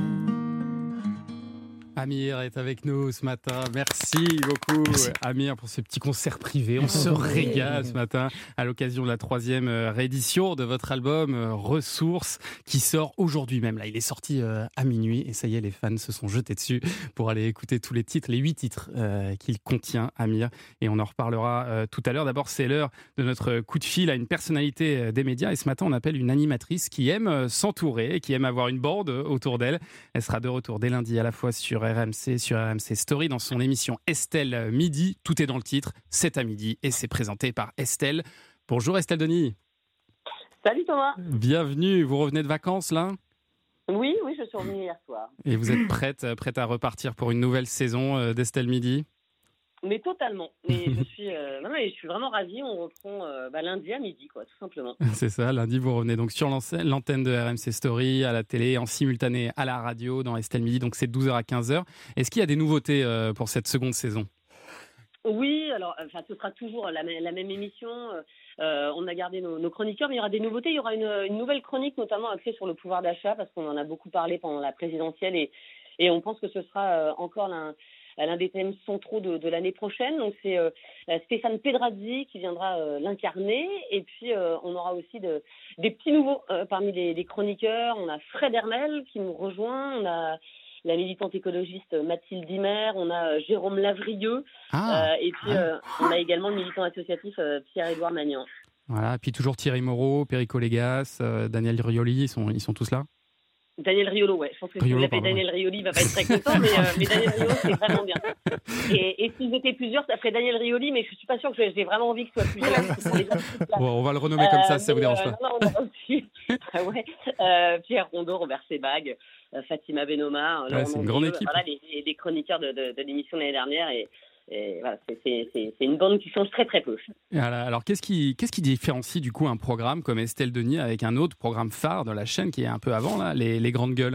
Amir est avec nous ce matin. Merci beaucoup, Merci. Amir, pour ce petit concert privé. On se régale ce matin à l'occasion de la troisième réédition de votre album Ressources, qui sort aujourd'hui même. Là, il est sorti à minuit et ça y est, les fans se sont jetés dessus pour aller écouter tous les titres, les huit titres euh, qu'il contient, Amir. Et on en reparlera euh, tout à l'heure. D'abord, c'est l'heure de notre coup de fil à une personnalité des médias. Et ce matin, on appelle une animatrice qui aime s'entourer, qui aime avoir une bande autour d'elle. Elle sera de retour dès lundi à la fois sur R M C, sur R M C Story, dans son émission Estelle Midi. Tout est dans le titre, c'est à midi et c'est présenté par Estelle. Bonjour Estelle Denis. Salut Thomas. Bienvenue, vous revenez de vacances là ? Oui, oui, je suis revenue hier soir. Et vous êtes prête, prête à repartir pour une nouvelle saison d'Estelle Midi ? Mais totalement. Mais je suis, euh, non, mais je suis vraiment ravie. On reprend euh, bah, lundi à midi, quoi, tout simplement. C'est ça. Lundi, vous revenez donc sur l'antenne de R M C Story, à la télé, en simultané à la radio, dans Estelle Midi. Donc c'est de douze heures à quinze heures. Est-ce qu'il y a des nouveautés euh, pour cette seconde saison ? Oui, alors, enfin, ce sera toujours la, la même émission. Euh, on a gardé nos, nos chroniqueurs, mais il y aura des nouveautés. Il y aura une, une nouvelle chronique, notamment axée sur le pouvoir d'achat, parce qu'on en a beaucoup parlé pendant la présidentielle, et, et on pense que ce sera euh, encore l'un. l'un des thèmes centraux de, de l'année prochaine. Donc c'est euh, Stéphane Pedrazzi qui viendra euh, l'incarner. Et puis euh, on aura aussi de, des petits nouveaux euh, parmi les, les chroniqueurs. On a Fred Hermel qui nous rejoint. On a la militante écologiste Mathilde Dimer. On a euh, Jérôme Lavrieux. Ah. Euh, et puis euh, on a également le militant associatif euh, Pierre-Édouard Magnan. Voilà. Puis toujours Thierry Moreau, Perico Légas, euh, Daniel Rioli. Ils sont, ils sont tous là ? Daniel Riolo, ouais. Je pense que si vous l'appelez Daniel Rioli, il va pas être très content, mais, euh, mais Daniel Riolo, c'est vraiment bien. Et, et s'ils étaient plusieurs, ça ferait Daniel Rioli, mais je suis pas sûre que j'ai vraiment envie que ce soit plusieurs. Bon, on va le renommer comme ça, euh, si ça vous dérange euh, pas. Non, non, on a aussi ah ouais, euh, Pierre Rondeau, Robert Sebag, euh, Fatima Benoma. Ouais, c'est une grande équipe. Voilà, les, les chroniqueurs de, de, de l'émission l'année dernière. Et, Et voilà, c'est, c'est, c'est, c'est une bande qui change très très peu. Alors, alors qu'est-ce qui, qu'est-ce qui différencie du coup un programme comme Estelle Denis avec un autre programme phare de la chaîne qui est un peu avant, là, les, les Grandes Gueules ?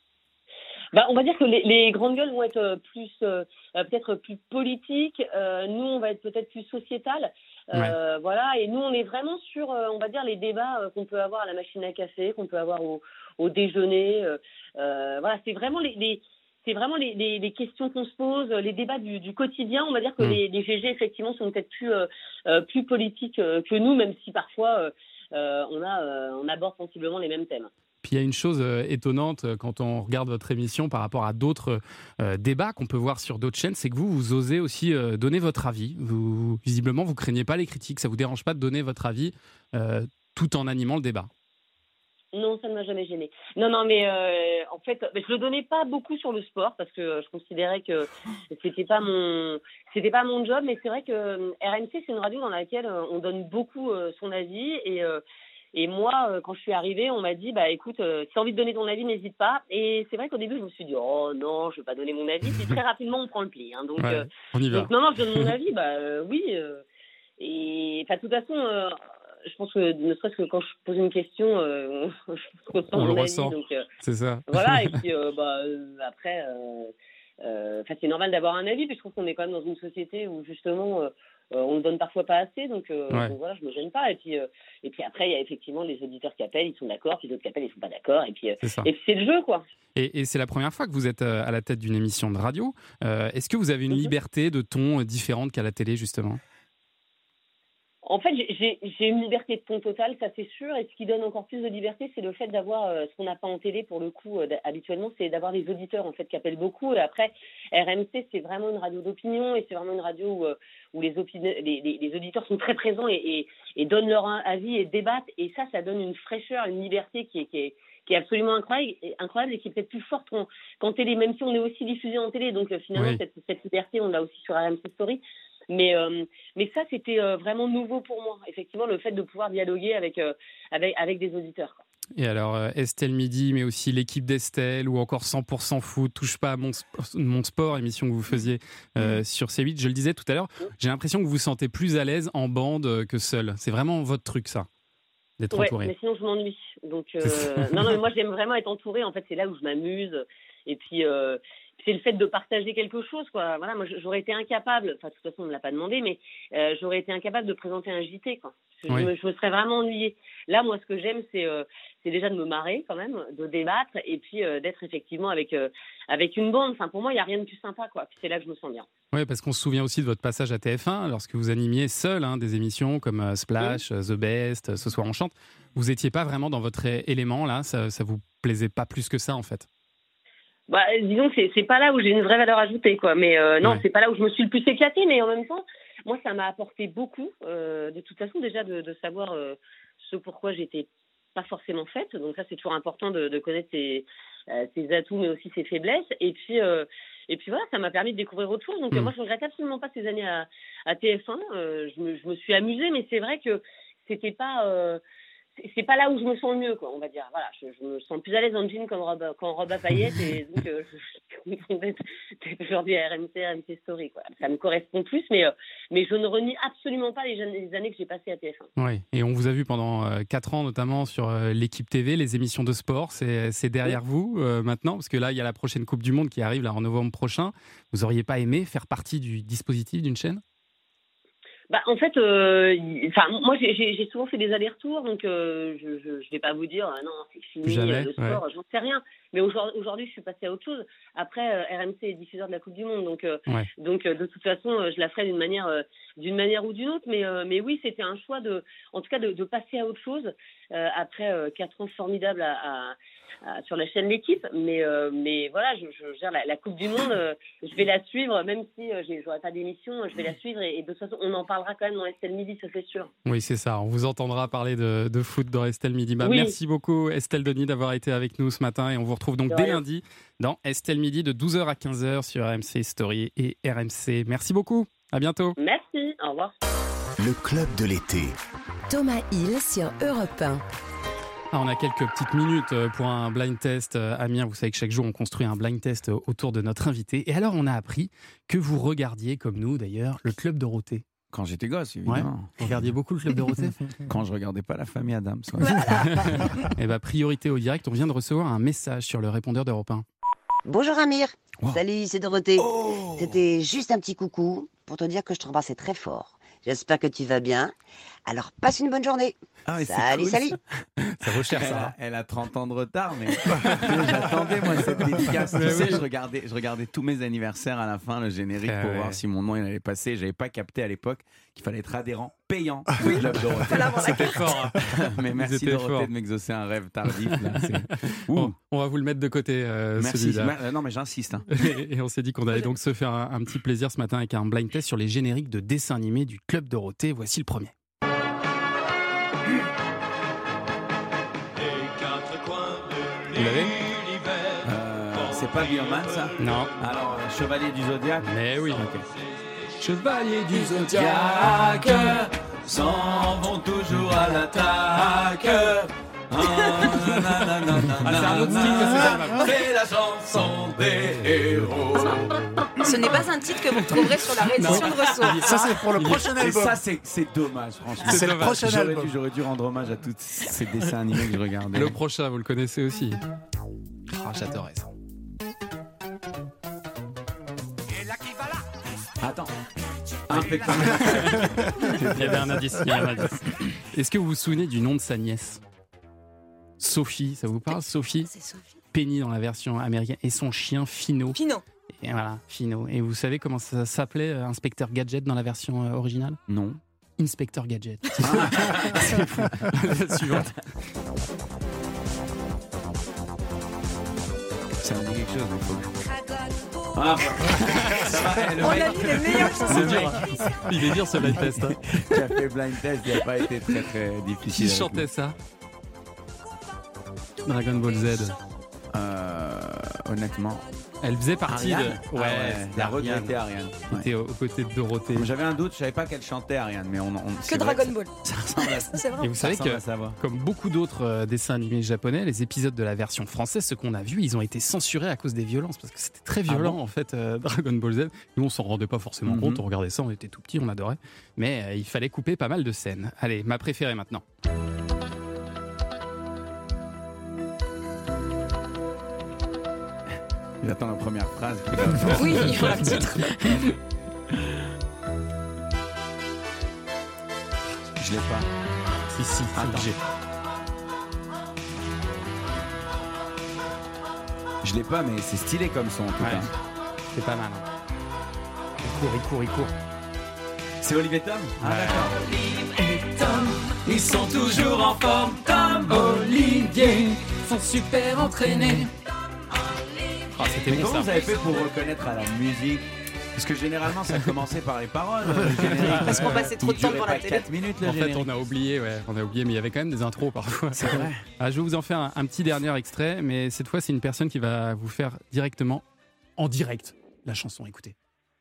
Bah, on va dire que les, les grandes gueules vont être plus, euh, peut-être plus politiques. Euh, nous, on va être peut-être plus sociétal. Euh, ouais. Voilà. Et nous, on est vraiment sur, euh, on va dire, les débats euh, qu'on peut avoir à la machine à café, qu'on peut avoir au, au déjeuner. Euh, euh, voilà, c'est vraiment les, les c'est vraiment les, les, les questions qu'on se pose, les débats du, du quotidien. On va dire que mmh. les, les G G, effectivement, sont peut-être plus, euh, euh, plus politiques euh, que nous, même si parfois euh, euh, on a, euh, on aborde sensiblement les mêmes thèmes. Puis il y a une chose euh, étonnante euh, quand on regarde votre émission par rapport à d'autres euh, débats qu'on peut voir sur d'autres chaînes, c'est que vous, vous osez aussi euh, donner votre avis. Vous, visiblement, vous ne craignez pas les critiques, ça ne vous dérange pas de donner votre avis euh, tout en animant le débat. Non, ça ne m'a jamais gêné. Non, non, mais euh, en fait, je le donnais pas beaucoup sur le sport parce que je considérais que c'était pas mon, c'était pas mon job. Mais c'est vrai que R M C, c'est une radio dans laquelle on donne beaucoup euh, son avis. Et, euh, et moi, euh, quand je suis arrivée, on m'a dit, bah écoute, euh, si tu as envie de donner ton avis, n'hésite pas. Et c'est vrai qu'au début, je me suis dit, oh non, je vais pas donner mon avis. Puis très rapidement, on prend le pli. Hein, donc, ouais, euh, on y va. donc non, non, je donne mon avis. Bah euh, oui. Euh, et enfin, de toute façon. Euh, Je pense que ne serait-ce que quand je pose une question, euh, on, je ressens on mon le avis, ressent, donc, euh, c'est ça. Voilà, et puis euh, bah, euh, après, euh, euh, c'est normal d'avoir un avis, puis je trouve qu'on est quand même dans une société où justement euh, on ne donne parfois pas assez, donc, euh, ouais. donc voilà, je me gêne pas. Et puis, euh, et puis après, il y a effectivement les auditeurs qui appellent, ils sont d'accord, puis les autres qui appellent, ils sont pas d'accord, et puis, euh, et puis c'est le jeu, quoi. Et, et c'est la première fois que vous êtes à la tête d'une émission de radio. Euh, est-ce que vous avez une mm-hmm. liberté de ton différente qu'à la télé, justement ? En fait, j'ai, j'ai une liberté de ton totale, ça c'est sûr. Et ce qui donne encore plus de liberté, c'est le fait d'avoir euh, ce qu'on n'a pas en télé pour le coup. Euh, habituellement, c'est d'avoir des auditeurs en fait qui appellent beaucoup. Et après, R M C, c'est vraiment une radio d'opinion et c'est vraiment une radio où, euh, où les, opini- les, les, les auditeurs sont très présents et, et, et donnent leur avis et débattent. Et ça, ça donne une fraîcheur, une liberté qui est, qui est, qui est absolument incroyable, incroyable et qui est peut-être plus forte qu'en, qu'en télé, même si on est aussi diffusé en télé. Donc euh, finalement, oui. cette, cette liberté, on l'a aussi sur R M C Story. Mais, euh, mais ça, c'était euh, vraiment nouveau pour moi. Effectivement, le fait de pouvoir dialoguer avec, euh, avec, avec des auditeurs, quoi. Et alors, euh, Estelle Midi, mais aussi l'équipe d'Estelle, ou encore cent pour cent foot, touche pas à mon, mon sport, émission que vous faisiez euh, sur C huit. Je le disais tout à l'heure, j'ai l'impression que vous vous sentez plus à l'aise en bande que seul. C'est vraiment votre truc, ça, d'être ouais, entouré. Mais sinon, je m'ennuie. Donc, euh, non, non, mais moi, j'aime vraiment être entourée. En fait, c'est là où je m'amuse. Et puis, euh, c'est le fait de partager quelque chose, quoi. Voilà, moi, j'aurais été incapable, enfin, de toute façon, on ne me l'a pas demandé, mais euh, j'aurais été incapable de présenter un J T, quoi. Je, oui. me, je me serais vraiment ennuyée. Là, moi, ce que j'aime, c'est, euh, c'est déjà de me marrer, quand même, de débattre, et puis euh, d'être effectivement avec, euh, avec une bande. Enfin, pour moi, il n'y a rien de plus sympa, quoi. Puis c'est là que je me sens bien. Oui, parce qu'on se souvient aussi de votre passage à T F un, lorsque vous animiez seul hein, des émissions comme euh, Splash, mmh. The Best, Ce soir on chante. Vous n'étiez pas vraiment dans votre élément, là. Ça, ça vous plaisait pas plus que ça, en fait? Bah, disons que c'est, c'est pas là où j'ai une vraie valeur ajoutée, quoi. Mais euh, non, ouais. c'est pas là où je me suis le plus éclatée, mais en même temps, moi, ça m'a apporté beaucoup. Euh, de toute façon, déjà, de, de savoir euh, ce pourquoi j'étais pas forcément faite. Donc ça, c'est toujours important de, de connaître ses, euh, ses atouts, mais aussi ses faiblesses. Et puis, euh, et puis voilà, ça m'a permis de découvrir autre chose. Donc mmh. euh, moi, je regrette absolument pas ces années à, à T F un. Euh, je, me, je me suis amusée, mais c'est vrai que c'était pas... Euh, c'est pas là où je me sens le mieux, quoi, on va dire. Voilà, je, je me sens plus à l'aise en jean qu'en robe, qu'en robe à paillettes, et donc euh, je suis d'être aujourd'hui à R M C, R M C Story, quoi. Ça me correspond plus, mais, euh, mais je ne renie absolument pas les, jeunes, les années que j'ai passées à T F un. Oui, et on vous a vu pendant euh, quatre ans, notamment sur euh, l'équipe T V, les émissions de sport, c'est, c'est derrière oui. vous euh, maintenant, parce que là, il y a la prochaine Coupe du Monde qui arrive là, en novembre prochain. Vous auriez pas aimé faire partie du dispositif d'une chaîne ? Bah, en fait, euh, enfin, moi, j'ai, j'ai souvent fait des allers-retours, donc euh, je ne vais pas vous dire, ah non, c'est fini, Jamais, le sport, ouais. j'en sais rien. Mais aujourd'hui, aujourd'hui, je suis passée à autre chose. Après, euh, R M C est diffuseur de la Coupe du Monde, donc, euh, ouais. donc euh, de toute façon, euh, je la ferai d'une manière, euh, d'une manière ou d'une autre. Mais, euh, mais oui, c'était un choix, de, en tout cas, de, de passer à autre chose euh, après euh, quatre ans formidables à, à, à, sur la chaîne L'équipe. Mais, euh, mais voilà, je, je gère la, la Coupe du Monde, euh, je vais la suivre, même si euh, je n'aurai pas d'émission, je vais la suivre. Et, et de toute façon, on en parlera quand même dans Estelle Midi, ça c'est sûr. Oui, c'est ça. On vous entendra parler de, de foot dans Estelle Midi. Bah, oui. Merci beaucoup, Estelle Denis, d'avoir été avec nous ce matin. Et on vous retrouve donc de dès rien. lundi dans Estelle Midi de douze heures à quinze heures sur R M C Story et R M C. Merci beaucoup. À bientôt. Merci. Au revoir. Le club de l'été. Thomas Hill sur Europe un. Ah, on a quelques petites minutes pour un blind test. Amir, vous savez que chaque jour, on construit un blind test autour de notre invité. Et alors, on a appris que vous regardiez, comme nous d'ailleurs, le Club Dorothée. Quand j'étais gosse, évidemment. Ouais. Vous regardiez beaucoup le Club Dorothée ? Quand je regardais pas la famille Adams. Et bah, priorité au direct, on vient de recevoir un message sur le répondeur d'Europe un. Bonjour Amir. Wow. Salut, c'est Dorothée. Oh. C'était juste un petit coucou pour te dire que je t'embrassais très fort. J'espère que tu vas bien. Alors, passe une bonne journée. Ah, salut, cool, salut. Ça, ça vaut cher, elle ça. A, elle a trente ans de retard, mais j'attendais, moi, cette dédicace. Tu sais, oui. je, regardais, je regardais tous mes anniversaires à la fin, le générique, euh, pour ouais. voir si mon nom il allait passer. J'avais pas capté à l'époque qu'il fallait être adhérent payant au Club Dorothée. C'était fort. Hein. Mais merci Dorothée fort. de m'exaucer un rêve tardif. Là, bon, on va vous le mettre de côté, euh, merci. celui-là. Non, mais j'insiste. Hein. Et, et on s'est dit qu'on allait donc se faire un, un petit plaisir ce matin avec un blind test sur les génériques de dessins animés du Club Dorothée. Voici le premier. Vous l'avez ? euh, C'est pas Bioman, ça ? Non. Alors, euh, Chevalier du Zodiac ? Mais oui. Okay. Chevalier du Zodiac s'en vont toujours à l'attaque. Ah, c'est un autre style que c'est ça. C'est la chanson des héros. Ce n'est pas un titre que vous trouverez sur la réédition de Ressources. Ça, c'est pour le prochain album. Et ça, c'est, c'est dommage, franchement. C'est, c'est le prochain j'aurais album. Dû, j'aurais dû rendre hommage à tous ces dessins animés que je regardais. Le prochain, vous le connaissez aussi. Oh, j'adorais ça. Attends. Impeccable. Il y avait un indice. Il y avait un indice. Est-ce que vous vous souvenez du nom de sa nièce ? Sophie, ça vous parle ? Sophie ? C'est Sophie. Penny dans la version américaine. Et son chien Fino. Fino. Et voilà, Fino. Et vous savez comment ça s'appelait, euh, Inspecteur Gadget dans la version euh, originale ? Non. Inspecteur Gadget. Ah. C'est fou. La suivante. Ça me dit quelque chose, mais faut... Ah, le On mec, a mis les meilleures chansons. C'est dur. Il est dur ce blind test. Hein. Qui a fait blind test, il n'a pas été très très difficile. Qui chantait nous. Ça ? Dragon Ball Z. Euh, honnêtement. Elle faisait partie Ariane de. Ouais, ah ouais, la regrettée Ariane. Qui était aux côtés de Dorothée. J'avais un doute, je savais pas qu'elle chantait Ariane, mais on. on que Dragon Ball. Ça, ça ressemble à ça. C'est vrai. Et vous savez que, comme beaucoup d'autres euh, dessins animés japonais, les épisodes de la version française, ceux qu'on a vus, ils ont été censurés à cause des violences, parce que c'était très violent, ah bon en fait, euh, Dragon Ball Z. Nous, on s'en rendait pas forcément mm-hmm. compte, on regardait ça, on était tout petits, on adorait. Mais euh, il fallait couper pas mal de scènes. Allez, ma préférée maintenant. J'attends la première phrase. Oui, il faut un titre. Je l'ai pas. Si, si, Attends. Je l'ai pas, mais c'est stylé comme son en tout ouais. cas. C'est pas mal. Hein. Il court, il court, il court. C'est Olivier Tom Ah, ouais. d'accord. Olive et Tom, ils sont toujours en forme. Tom, Olivier, sont super entraînés. Ah, c'était mais bon, comment ça. vous avez fait pour reconnaître à la musique? Parce que généralement ça commençait par les paroles. Parce qu'on passait trop de temps devant la télé. quatre minutes le En fait, générique. on a oublié, ouais, on a oublié, mais il y avait quand même des intros parfois. C'est vrai. Ah, je vais vous en faire un, un petit dernier extrait, mais cette fois, c'est une personne qui va vous faire directement, en direct, la chanson. Écoutez.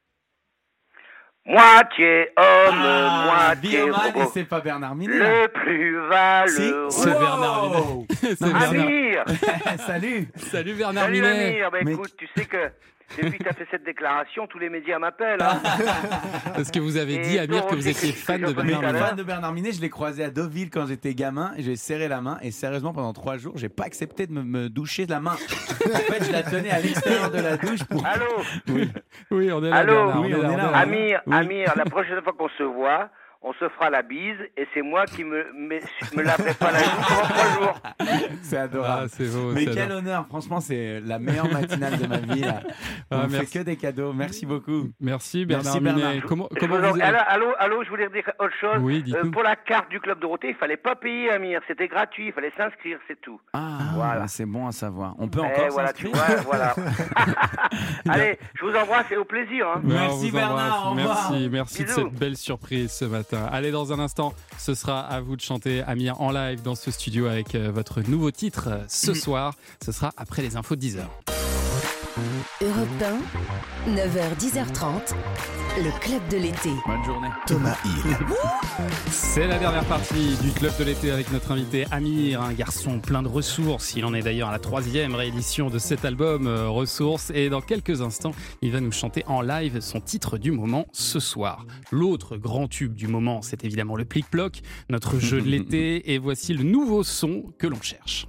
Moitié homme, Ah, moitié Bioman, et robot. c'est pas Bernard Minet. Le plus valeureux. C'est Bernard Minet. C'est Bernard. Amir. Salut. Salut Bernard Salut Minet. Amir. Bah, Mais- écoute, tu sais que depuis que tu as fait cette déclaration, tous les médias m'appellent. Hein. Parce que vous avez Et dit, Amir, toi, que on vous sait étiez que- fan que de je Mais Bernard tout à Minet. l'heure. fan de Bernard Minet, je l'ai croisé à Deauville quand j'étais gamin et j'ai serré la main et sérieusement pendant trois jours, j'ai pas accepté de me, me doucher de la main. En fait, je la tenais à l'extérieur de la douche pour. Allô Oui. Oui, on est là. Allô Bernard, Oui, on est là, on est là. Amir, Oui. Amir, la prochaine fois qu'on se voit, on se fera la bise et c'est moi qui me, me, me laverai pas la joue pendant trois jours. C'est Ah, adorable. c'est beau. Mais c'est quel adorable. honneur, franchement, c'est la meilleure matinale de ma vie. Là. On Ah, me fait merci. que des cadeaux. Merci beaucoup. Merci Bernard Merci, Minet. Bernard. Comment, Je comment vous en- vous allô, allô, allô, je voulais dire autre chose. Oui, dites-nous. pour la carte du club Dorothée, il fallait pas payer, Amir. C'était gratuit, il fallait s'inscrire, c'est tout. Ah, Voilà. c'est bon à savoir. On peut Eh, encore voilà, tu s'inscrire. vois, voilà. Allez, je vous embrasse et au plaisir. Hein. Ouais, Merci, on vous Bernard, embrasse. au revoir. Merci, merci de Bisous. cette belle surprise ce matin. Allez, dans un instant, ce sera à vous de chanter Amir en live dans ce studio avec euh, votre nouveau titre euh, ce soir. Ce sera après les infos de dix heures. Europe un, neuf heures dix heures trente, le club de l'été. Bonne journée. Thomas Hill. C'est la dernière partie du club de l'été avec notre invité Amir, un garçon plein de ressources. Il en est d'ailleurs à la troisième réédition de cet album euh, Ressources. Et dans quelques instants, il va nous chanter en live son titre du moment ce soir. L'autre grand tube du moment, c'est évidemment le Plic-Ploc, notre jeu de l'été. Et voici le nouveau son que l'on cherche.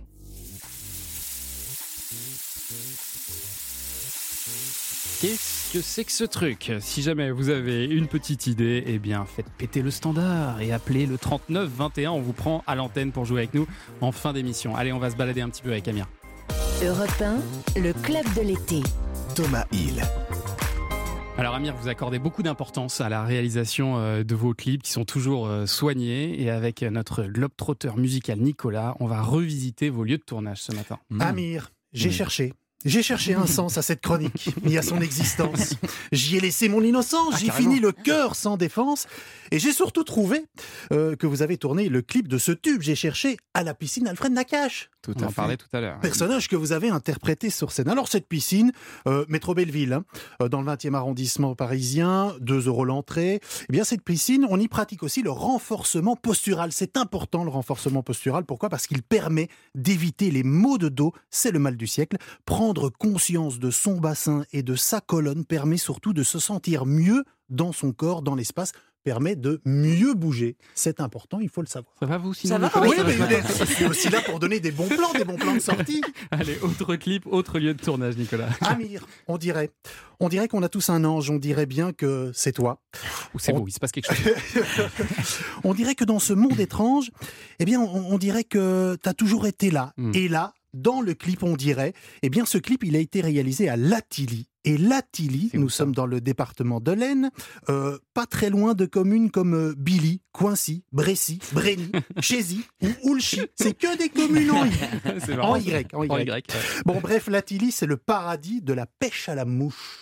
Qu'est-ce que c'est que ce truc? Si jamais vous avez une petite idée, eh bien faites péter le standard et appelez le trente-neuf vingt et un. On vous prend à l'antenne pour jouer avec nous en fin d'émission. Allez, on va se balader un petit peu avec Amir. Europe un, le club de l'été. Thomas Hill. Alors Amir, vous accordez beaucoup d'importance à la réalisation euh, de vos clips qui sont toujours euh, soignés. Et avec notre globe-trotteur musical Nicolas, on va revisiter vos lieux de tournage ce matin. Amir, j'ai Mmh. cherché. J'ai cherché un sens à cette chronique et à son existence. J'y ai laissé mon innocence, Ah, j'y carrément. fini le cœur sans défense. Et j'ai surtout trouvé euh, que vous avez tourné le clip de ce tube. J'ai cherché à la piscine Alfred Nakache. Tout On à en fait. parlait tout à l'heure. Personnage que vous avez interprété sur scène. Alors cette piscine, euh, métro Belleville, hein, euh, dans le vingtième arrondissement parisien, deux euros l'entrée. Eh bien cette piscine, on y pratique aussi le renforcement postural. C'est important le renforcement postural. Pourquoi ? Parce qu'il permet d'éviter les maux de dos. C'est le mal du siècle. Prendre conscience de son bassin et de sa colonne permet surtout de se sentir mieux dans son corps, dans l'espace, permet de mieux bouger. C'est important, il faut le savoir. Ça va vous sinon Ça va, Nicolas Oui, oui, mais je suis aussi là pour donner des bons plans, des bons plans de sortie. Allez, autre clip, autre lieu de tournage, Nicolas. Amir, on dirait. On dirait qu'on a tous un ange, on dirait bien que c'est toi. Ou c'est On- beau, il se passe quelque chose. On dirait que dans ce monde étrange, eh bien, on, on dirait que tu as toujours été là. Mm. Et là, dans le clip, on dirait, eh bien, ce clip, il a été réalisé à Latilly. Et Latilly, C'est où nous ça sommes dans le département de l'Aisne, euh, pas très loin de communes comme euh, Billy, Coincy, Brécy, Brény, Chézy ou Oulchy. C'est que des communes en Y. C'est marrant. En Y, en Y. En Y, ouais. Bon, bref, Latilly, c'est le paradis de la pêche à la mouche.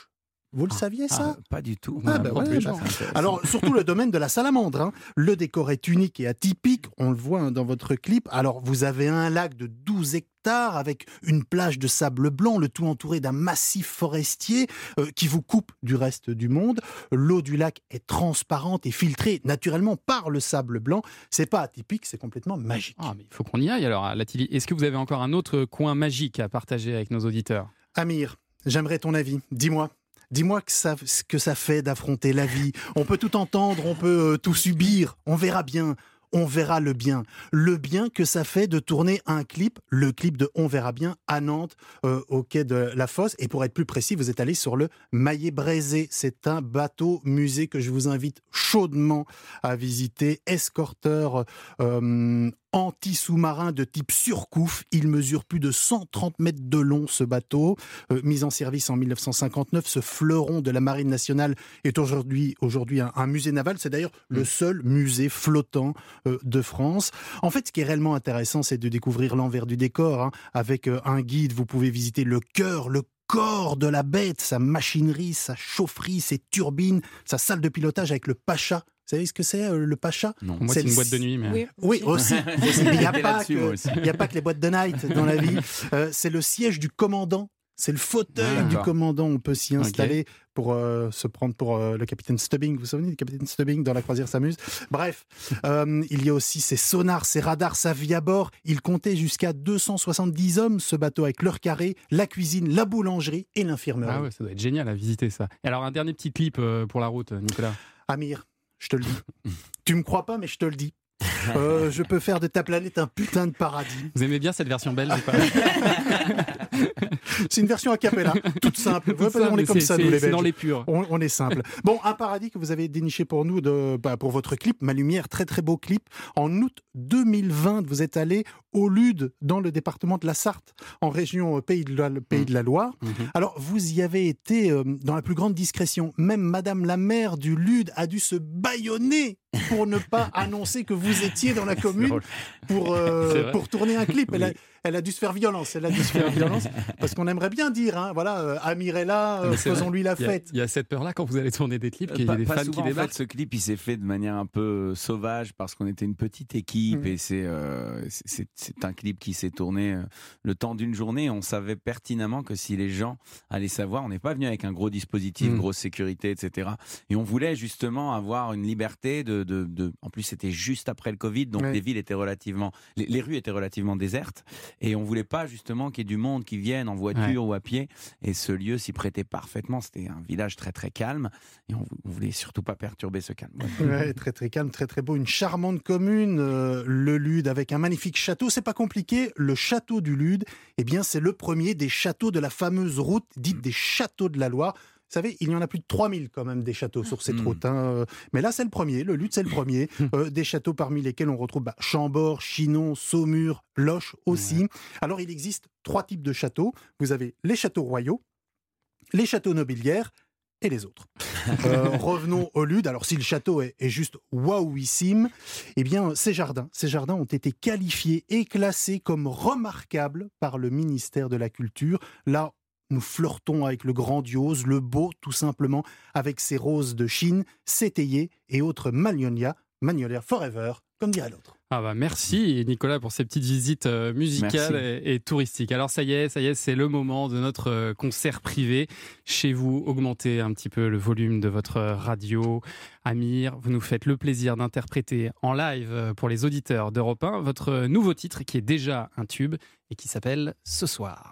Vous le saviez, ça? Ah, pas du tout. Ah, bah ouais, bah. Alors, surtout le domaine de la salamandre. Hein. Le décor est unique et atypique. On le voit hein, dans votre clip. Alors, vous avez un lac de douze hectares avec une plage de sable blanc, le tout entouré d'un massif forestier euh, qui vous coupe du reste du monde. L'eau du lac est transparente et filtrée naturellement par le sable blanc. C'est pas atypique, c'est complètement magique. Ah, mais il faut qu'on y aille alors, Latili. Est-ce que vous avez encore un autre coin magique à partager avec nos auditeurs? Amir, j'aimerais ton avis. Dis-moi. Dis-moi que ça, ce que ça fait d'affronter la vie. On peut tout entendre, on peut euh, tout subir. On verra bien. On verra le bien. Le bien que ça fait de tourner un clip, le clip de On verra bien à Nantes, euh, au quai de la Fosse. Et pour être plus précis, vous êtes allé sur le Maillet-Brézé. C'est un bateau musée que je vous invite chaudement à visiter. Escorteur euh, anti-sous-marin de type surcouf. Il mesure plus de cent trente mètres de long, ce bateau. Euh, mis en service en dix-neuf cent cinquante-neuf, ce fleuron de la Marine nationale est aujourd'hui, aujourd'hui un, un musée naval. C'est d'ailleurs mmh. le seul musée flottant euh, de France. En fait, ce qui est réellement intéressant, c'est de découvrir l'envers du décor. Hein. Avec euh, un guide, vous pouvez visiter le cœur, le corps de la bête, sa machinerie, sa chaufferie, ses turbines, sa salle de pilotage avec le Pacha. Vous savez ce que c'est, euh, le Pacha? Non, moi c'est, c'est une boîte de nuit. Mais... Oui, oui aussi. Il n'y a, a pas que les boîtes de night dans la vie. Euh, c'est le siège du commandant. C'est le fauteuil ah, du commandant. On peut s'y installer okay. pour euh, se prendre pour euh, le capitaine Stubbing. Vous vous souvenez du capitaine Stubbing dans La croisière s'amuse? Bref, euh, il y a aussi ses sonars, ses radars, sa vie à bord. Il comptait jusqu'à deux cent soixante-dix hommes, ce bateau, avec leur carré, la cuisine, la boulangerie et l'infirmerie. Ah ouais, ça doit être génial à visiter ça. Et alors un dernier petit clip euh, pour la route, Nicolas. Amir, je te le dis. Tu me crois pas, mais je te le dis. Euh, je peux faire de ta planète un putain de paradis. Vous aimez bien cette version belge ou pas? C'est une version a cappella, toute simple. Toute simple on est comme c'est, ça, c'est, nous les c'est Belges. dans les purs. On, on est simple. Bon, un paradis que vous avez déniché pour nous, de, bah, pour votre clip, Ma Lumière, très très beau clip. En août deux mille vingt, vous êtes allé au Lude, dans le département de la Sarthe, en région Pays de la, Pays de la Loire. Mmh. Alors, vous y avez été euh, dans la plus grande discrétion. Même Madame la maire du Lude a dû se bâillonner pour ne pas annoncer que vous étiez dans la commune pour, euh, pour tourner un clip. Elle, oui. a, elle a dû se faire violence. Elle a dû se faire violence parce qu'on aimerait bien dire, hein, voilà, euh, Amir est là, euh, faisons-lui la fête. Il y, y a cette peur-là quand vous allez tourner des clips, qu'il y ait des pas fans souvent, qui débarquent. En fait, ce clip, il s'est fait de manière un peu sauvage parce qu'on était une petite équipe mmh. et c'est, euh, c'est, c'est un clip qui s'est tourné euh, le temps d'une journée. On savait pertinemment que si les gens allaient savoir, on n'est pas venu avec un gros dispositif, mmh. grosse sécurité, et cetera. Et on voulait justement avoir une liberté de, de, de... En plus, c'était juste après le Covid, donc ouais. les villes étaient relativement, les, les rues étaient relativement désertes, et on voulait pas justement qu'il y ait du monde qui vienne en voiture ouais. ou à pied. Et ce lieu s'y prêtait parfaitement. C'était un village très très calme, et on, on voulait surtout pas perturber ce calme. Ouais, très très calme, très très beau, une charmante commune, euh, le Lude, avec un magnifique château. C'est pas compliqué. Le château du Lude, eh bien, c'est le premier des châteaux de la fameuse route dite des châteaux de la Loire. Vous savez, il y en a plus de trois mille quand même des châteaux sur cette mmh. route. Hein. Mais là, c'est le premier. Le Lude, c'est le premier. euh, des châteaux parmi lesquels on retrouve bah, Chambord, Chinon, Saumur, Loches aussi. Ouais. Alors, il existe trois types de châteaux. Vous avez les châteaux royaux, les châteaux nobiliaires et les autres. euh, revenons au Lude. Alors, si le château est, est juste waouissime, eh bien, ces jardins, ces jardins ont été qualifiés et classés comme remarquables par le ministère de la Culture. Là, nous flirtons avec le grandiose, le beau, tout simplement, avec ses roses de Chine, ses théiers et autres magnolias, magnolia forever, comme dirait l'autre. Ah bah merci Nicolas pour ces petites visites euh, musicales et, et touristiques. Alors ça y est, ça y est, c'est le moment de notre euh, concert privé. Chez vous, augmentez un petit peu le volume de votre radio. Amir, vous nous faites le plaisir d'interpréter en live euh, pour les auditeurs d'Europe un votre nouveau titre qui est déjà un tube et qui s'appelle Ce soir.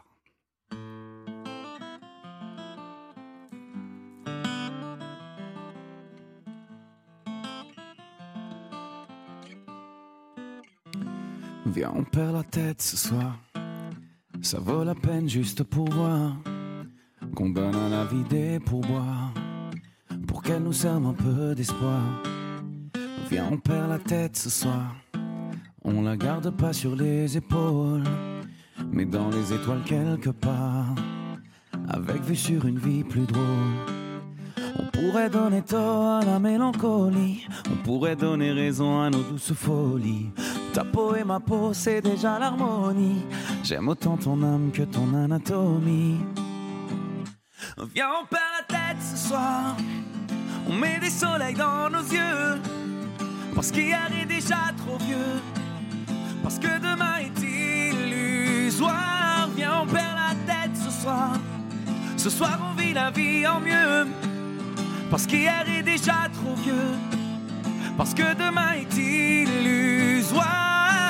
Viens, on perd la tête ce soir. Ça vaut la peine juste pour voir qu'on donne à la vie des pourboires pour qu'elle nous serve un peu d'espoir. Viens, on perd la tête ce soir. On la garde pas sur les épaules, mais dans les étoiles quelque part, avec vue sur une vie plus drôle. On pourrait donner tort à la mélancolie, on pourrait donner raison à nos douces folies. Ta peau et ma peau, c'est déjà l'harmonie. J'aime autant ton âme que ton anatomie. Viens, on perd la tête soir. On met des soleils dans nos yeux, parce qu'hier est déjà trop vieux, parce que demain est illusoire. Viens, on perd la tête ce soir. Ce soir on vit la vie en mieux, parce qu'hier est déjà trop vieux, parce que demain est illusoire.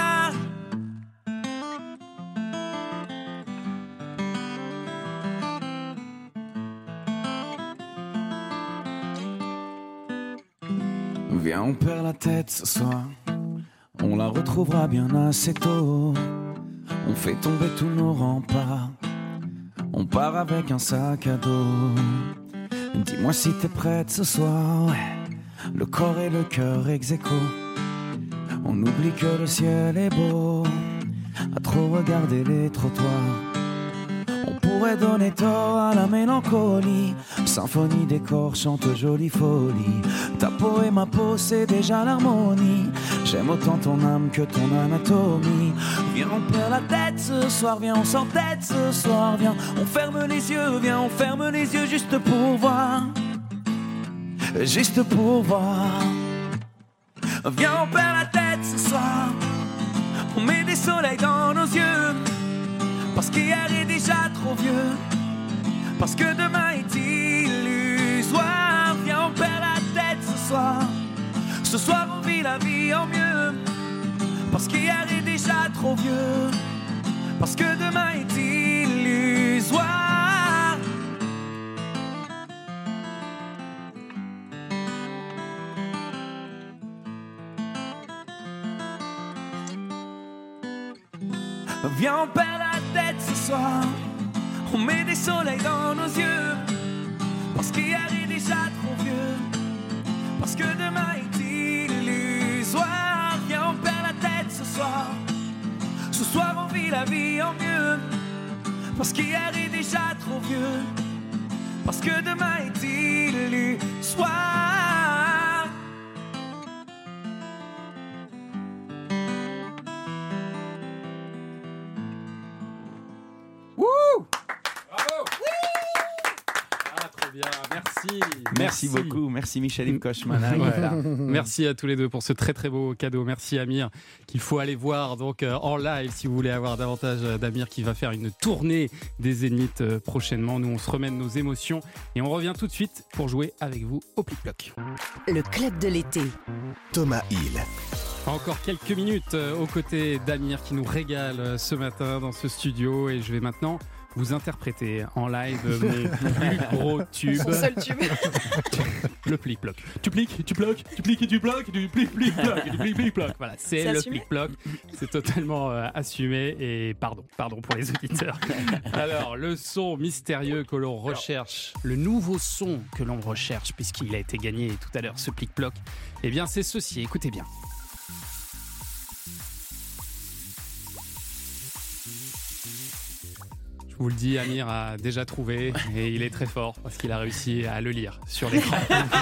Viens, on perd la tête ce soir, on la retrouvera bien assez tôt. On fait tomber tous nos remparts, on part avec un sac à dos. Dis-moi si t'es prête ce soir, ouais. Le corps et le cœur ex aequo. On oublie que le ciel est beau, à trop regarder les trottoirs. On pourrait donner tort à la mélancolie, symphonie des corps chante jolie folie. Ta peau et ma peau c'est déjà l'harmonie, j'aime autant ton âme que ton anatomie. Viens on perd la tête ce soir, viens on s'entête ce soir. Viens on ferme les yeux, viens on ferme les yeux juste pour voir, juste pour voir. Viens on perd la tête ce soir, on met des soleils dans nos yeux, parce qu'hier est déjà trop vieux, parce que demain est illusoire. Viens on perd la tête ce soir, ce soir on vit la vie en mieux, parce qu'hier est déjà trop vieux, parce que demain est illusoire. Viens on perd la tête ce soir, on met des soleils dans nos yeux, parce qu'hier est déjà trop vieux, parce que demain est illusoire. Viens on perd la tête ce soir, ce soir on vit la vie en mieux, parce qu'hier est déjà trop vieux, parce que demain est illusoire. Merci. Merci beaucoup. Merci Michel-Yves Kochman. Voilà. Merci à tous les deux pour ce très très beau cadeau. Merci Amir, qu'il faut aller voir donc euh, en live si vous voulez avoir davantage d'Amir qui va faire une tournée des Zéniths euh, prochainement. Nous on se remet de nos émotions et on revient tout de suite pour jouer avec vous au Plic-Ploc. Le club de l'été. Thomas Hill. Encore quelques minutes euh, aux côtés d'Amir qui nous régale euh, ce matin dans ce studio, et je vais maintenant vous interpréter en live mon plus gros tube. Son seul tube. Le plic-ploc. Tu pliques, tu bloques, tu pliques et tu bloques, tu pliques, pliques, bloques, tu pliques, pliques, bloques. Voilà, c'est, c'est le plic-ploc. C'est totalement euh, assumé, et pardon, pardon pour les auditeurs. Alors, le son mystérieux que l'on recherche, le nouveau son que l'on recherche, puisqu'il a été gagné tout à l'heure, ce plic-ploc, eh bien c'est ceci, écoutez bien. Je vous le dis, Amir a déjà trouvé, et il est très fort parce qu'il a réussi à le lire sur l'écran.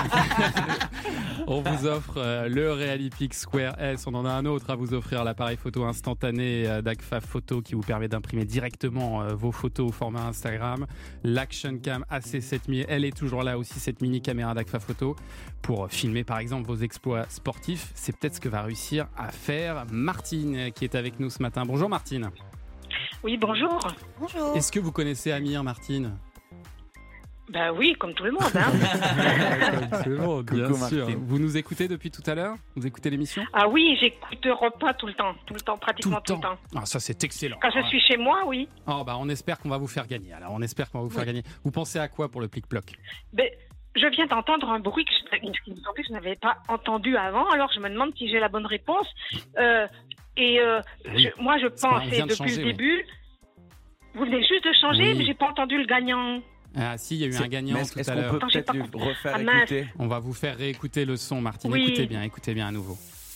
On vous offre le Realipix Square S. On en a un autre à vous offrir, l'appareil photo instantané d'Agfa Photo qui vous permet d'imprimer directement vos photos au format Instagram. L'Action Cam A C sept mille, elle est toujours là aussi, cette mini caméra d'Agfa Photo pour filmer par exemple vos exploits sportifs. C'est peut-être ce que va réussir à faire Martine qui est avec nous ce matin. Bonjour Martine. Oui, bonjour. Bonjour. Est-ce que vous connaissez Amir, Martine ? Bah oui, comme tout le monde. Hein. Comme tout le monde, bien Coucou, sûr. Martine. Vous nous écoutez depuis tout à l'heure ? Vous écoutez l'émission ? Ah oui, j'écoute Europe un tout le temps, tout le temps, pratiquement tout le temps. Tout le temps. Ah, ça c'est excellent. Quand je suis chez moi, oui. Oh, bah, on espère qu'on va vous faire gagner. Alors, on espère qu'on va vous faire oui. gagner. Vous pensez à quoi pour le plic-ploc ? Ben, je viens d'entendre un bruit que je, qui me semblait que je n'avais pas entendu avant, alors je me demande si j'ai la bonne réponse. Euh, et euh, oui. je, moi, je pensais de depuis changer, le début... Oui. Vous venez juste de changer, oui. mais j'ai pas entendu le gagnant. Ah si, il y a eu c'est... un gagnant est-ce, tout est-ce à qu'on l'heure. peut Attends, peut-être lui refaire ah, écouter ? On va vous faire réécouter le son, Martine. Oui. Écoutez bien, écoutez bien à nouveau.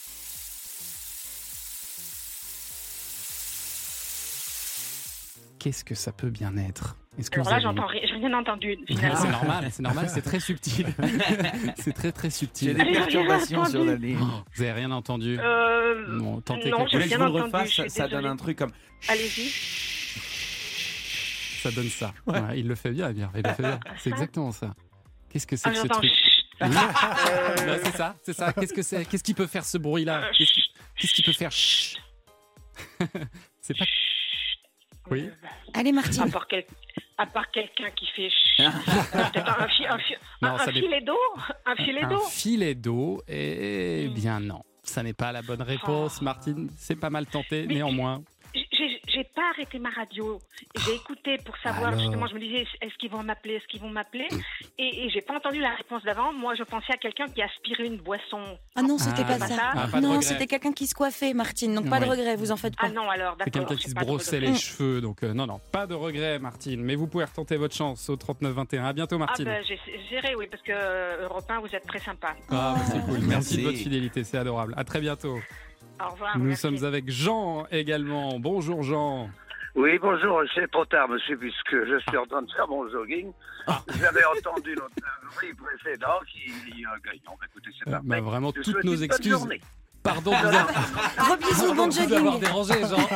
Qu'est-ce que ça peut bien être ? Est-ce que Alors vous là, avez... j'entends rien, j'ai rien entendu. Finalement. C'est normal, c'est normal, c'est très subtil. C'est très très subtil. J'ai des perturbations sur la ligne. Oh, vous avez rien entendu ? Euh... Bon, tentez non, quelque... j'ai rien entendu. Refasse, ça, ça donne un truc comme. Allez-y. Ça donne ça. Ouais. Ouais, il le fait bien, bien. Il le fait bien. C'est exactement ça. Qu'est-ce que c'est Ah, que ce j'entends truc chut. Bah, c'est ça, c'est ça. Qu'est-ce que c'est Qu'est-ce qui peut faire ce bruit-là Qu'est-ce qui, qu'est-ce qui peut faire chut C'est pas. Oui. Allez, Martine. À part, quel... à part quelqu'un qui fait chut. Peut-être un, fi... un, fi... Non, un, ça un dé- filet d'eau. Un filet Un d'eau. filet d'eau. Eh bien non, ça n'est pas la bonne réponse, Martine. C'est pas mal tenté, Mais- néanmoins. J'ai, j'ai pas arrêté ma radio. J'ai écouté pour savoir, Alors. justement, je me disais, est-ce qu'ils vont m'appeler, est-ce qu'ils vont m'appeler Et, et j'ai pas entendu la réponse d'avant. Moi, je pensais à quelqu'un qui aspirait une boisson. Ah non, c'était Ah, pas bah, ça. ah, pas de non, regret. c'était quelqu'un qui se coiffait, Martine. Donc pas de Ouais. regret, vous en faites pas. Ah non, alors, C'est d'accord. quelqu'un qui j'ai se pas de brossait regret. les cheveux, donc euh, non, non, pas de regret, Martine. Mais vous pouvez retenter votre chance au trente-neuf vingt et un. À bientôt, Ah Martine. ben, j'ai- j'irai, oui, parce que euh, Europe un, vous êtes très sympa. Ah, bah, c'est cool. Merci. Merci. de votre fidélité, c'est adorable. À très bientôt. Au revoir. Nous merci. sommes avec Jean également. Bonjour Jean. Oui, bonjour, c'est trop tard, monsieur, puisque je suis en train de faire mon jogging. J'avais entendu notre bruit précédent qui dit euh, gagnant. Bah, écoutez, c'est Euh, parfait. bah, vraiment, Je toutes souhaite nos une bonne excuses. journée. Pardon de vous avoir, Gros bisous, bon de vous avoir jogging. dérangé, Jean.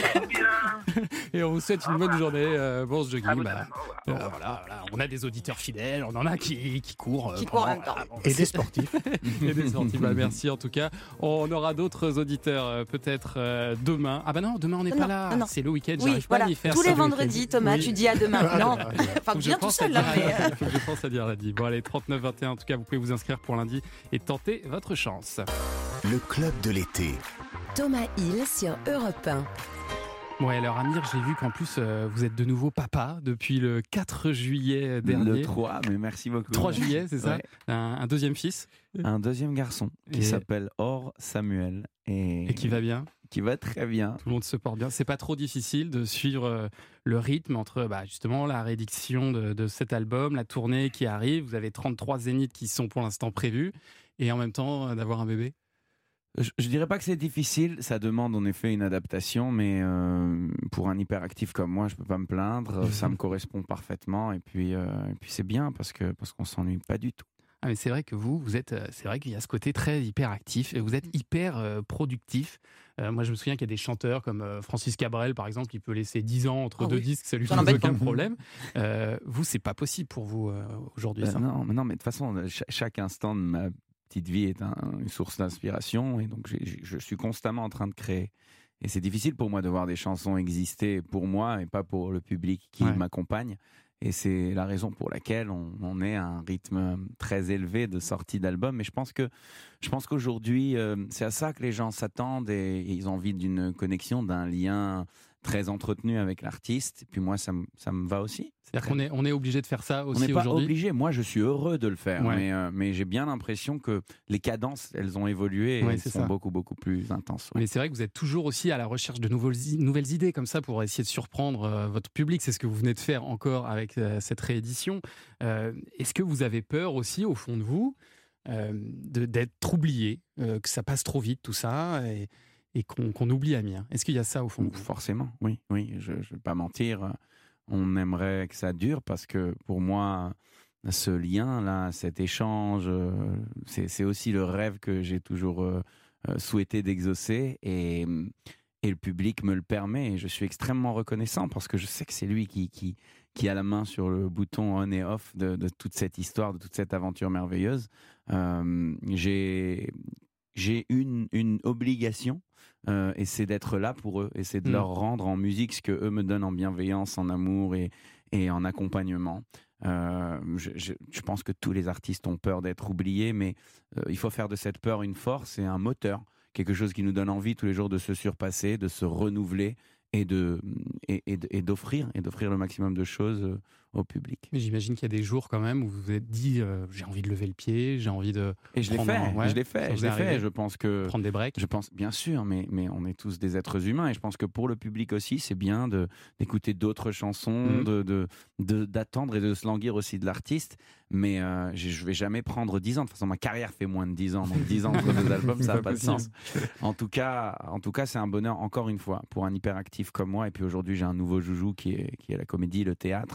Et on vous souhaite une bonne journée. Euh, bon, ce jogging, bah, euh, voilà, voilà. On a des auditeurs fidèles, on en a qui, qui courent. euh, Qui courent en pendant- même temps. voilà, bon, Et c'est- des sportifs. Et des sportifs. Bah, merci en tout cas. On aura d'autres auditeurs euh, peut-être euh, demain. Ah bah non, demain on n'est Non, pas là. non, non. C'est le week-end. Oui, J'arrive pas voilà. à y faire Tous ça les le week-end. vendredis, Thomas, Oui. tu dis à demain. Non, Faut enfin, que je bien tout pense à seul là. dire mais, lundi. euh, Faut que je pense à dire lundi. Bon allez, trente-neuf vingt et un. En tout cas, vous pouvez vous inscrire pour lundi et tenter votre chance. Le club de l'été. Thomas Hill sur Europe un. Ouais, alors Amir, j'ai vu qu'en plus euh, vous êtes de nouveau papa depuis le quatre juillet dernier. Le trois, mais merci beaucoup. trois juillet, c'est ça Ouais. un, un deuxième fils Un deuxième garçon qui Et- s'appelle Or Samuel. Et... et qui va bien. Qui va très bien. Tout le monde se porte bien. C'est pas trop difficile de suivre euh, le rythme entre bah, justement la réédition de, de cet album, la tournée qui arrive. Vous avez trente-trois zéniths qui sont pour l'instant prévus et en même temps euh, d'avoir un bébé. Je, je dirais pas que c'est difficile, ça demande en effet une adaptation, mais euh, pour un hyperactif comme moi, je peux pas me plaindre, ça me correspond parfaitement, et puis, euh, et puis c'est bien parce que parce qu'on s'ennuie pas du tout. Ah, mais c'est vrai que vous, vous êtes, euh, c'est vrai qu'il y a ce côté très hyperactif et vous êtes hyper euh, productif. Euh, moi, je me souviens qu'il y a des chanteurs comme euh, Francis Cabrel, par exemple, qui peut laisser dix ans entre Ah deux oui. disques, ça lui Ça pose n'embête aucun pas. problème. Euh, vous, c'est pas possible pour vous euh, aujourd'hui, Ben ça. non, mais non, mais de toute façon, cha- chaque instant de ma petite vie est un- une source d'inspiration, et donc j'ai- j'ai- je suis constamment en train de créer. Et c'est difficile pour moi de voir des chansons exister pour moi et pas pour le public qui Ouais. m'accompagne. Et c'est la raison pour laquelle on, on est à un rythme très élevé de sortie d'albums. Mais je pense que je pense qu'aujourd'hui, euh, c'est à ça que les gens s'attendent, et, et ils ont envie d'une connexion, d'un lien très entretenu avec l'artiste. Et puis moi, ça me ça me va aussi. C'est-à-dire qu'on est, on est obligé de faire ça On aussi n'est pas aujourd'hui. obligé. Moi, je suis heureux de le faire, Ouais. mais, euh, mais j'ai bien l'impression que les cadences, elles ont évolué et Ouais, elles c'est sont ça. beaucoup, beaucoup plus intenses. ouais. Mais c'est vrai que vous êtes toujours aussi à la recherche de nouvelles, i- nouvelles idées comme ça pour essayer de surprendre euh, votre public. C'est ce que vous venez de faire encore avec euh, cette réédition. Euh, Est-ce que vous avez peur aussi, au fond de vous, euh, de- d'être oublié, euh, que ça passe trop vite tout ça et, et qu'on qu'on oublie Amir? Est-ce qu'il y a ça au fond de vous? Forcément, oui, oui. Je ne vais pas mentir. On aimerait que ça dure parce que pour moi, ce lien-là, cet échange, euh, c'est c'est aussi le rêve que j'ai toujours euh, euh, souhaité d'exaucer, et, et le public me le permet. Et je suis extrêmement reconnaissant parce que je sais que c'est lui qui, qui, qui a la main sur le bouton on et off de, de toute cette histoire, de toute cette aventure merveilleuse. Euh, j'ai j'ai une, une obligation, euh, et c'est d'être là pour eux, et c'est de Mm. leur rendre en musique ce que eux me donnent en bienveillance, en amour et, et en accompagnement. Euh, je, je, je pense que tous les artistes ont peur d'être oubliés, mais euh, il faut faire de cette peur une force et un moteur, quelque chose qui nous donne envie tous les jours de se surpasser, de se renouveler et de et, et, et d'offrir et d'offrir le maximum de choses euh, au public. Mais j'imagine qu'il y a des jours quand même où vous vous êtes dit euh, j'ai envie de lever le pied, j'ai envie de. Et je l'ai prendre fait, un- ouais, je l'ai ça fait, vous je est l'ai fait. arrivé Je pense que prendre des breaks. Je pense, bien sûr, mais mais on est tous des êtres humains, et je pense que pour le public aussi, c'est bien de d'écouter d'autres chansons, Mhm. de de de- d'attendre et de se languir aussi de l'artiste. Mais euh, j'ai- je vais jamais prendre dix ans. De toute façon, ma carrière fait moins de dix ans, donc dix ans entre deux albums, ça n'a Pas pas de possible. sens. En tout cas, en tout cas, c'est un bonheur encore une fois pour un hyperactif comme moi. Et puis aujourd'hui, j'ai un nouveau joujou qui est qui est la comédie, le théâtre. Ah, c'est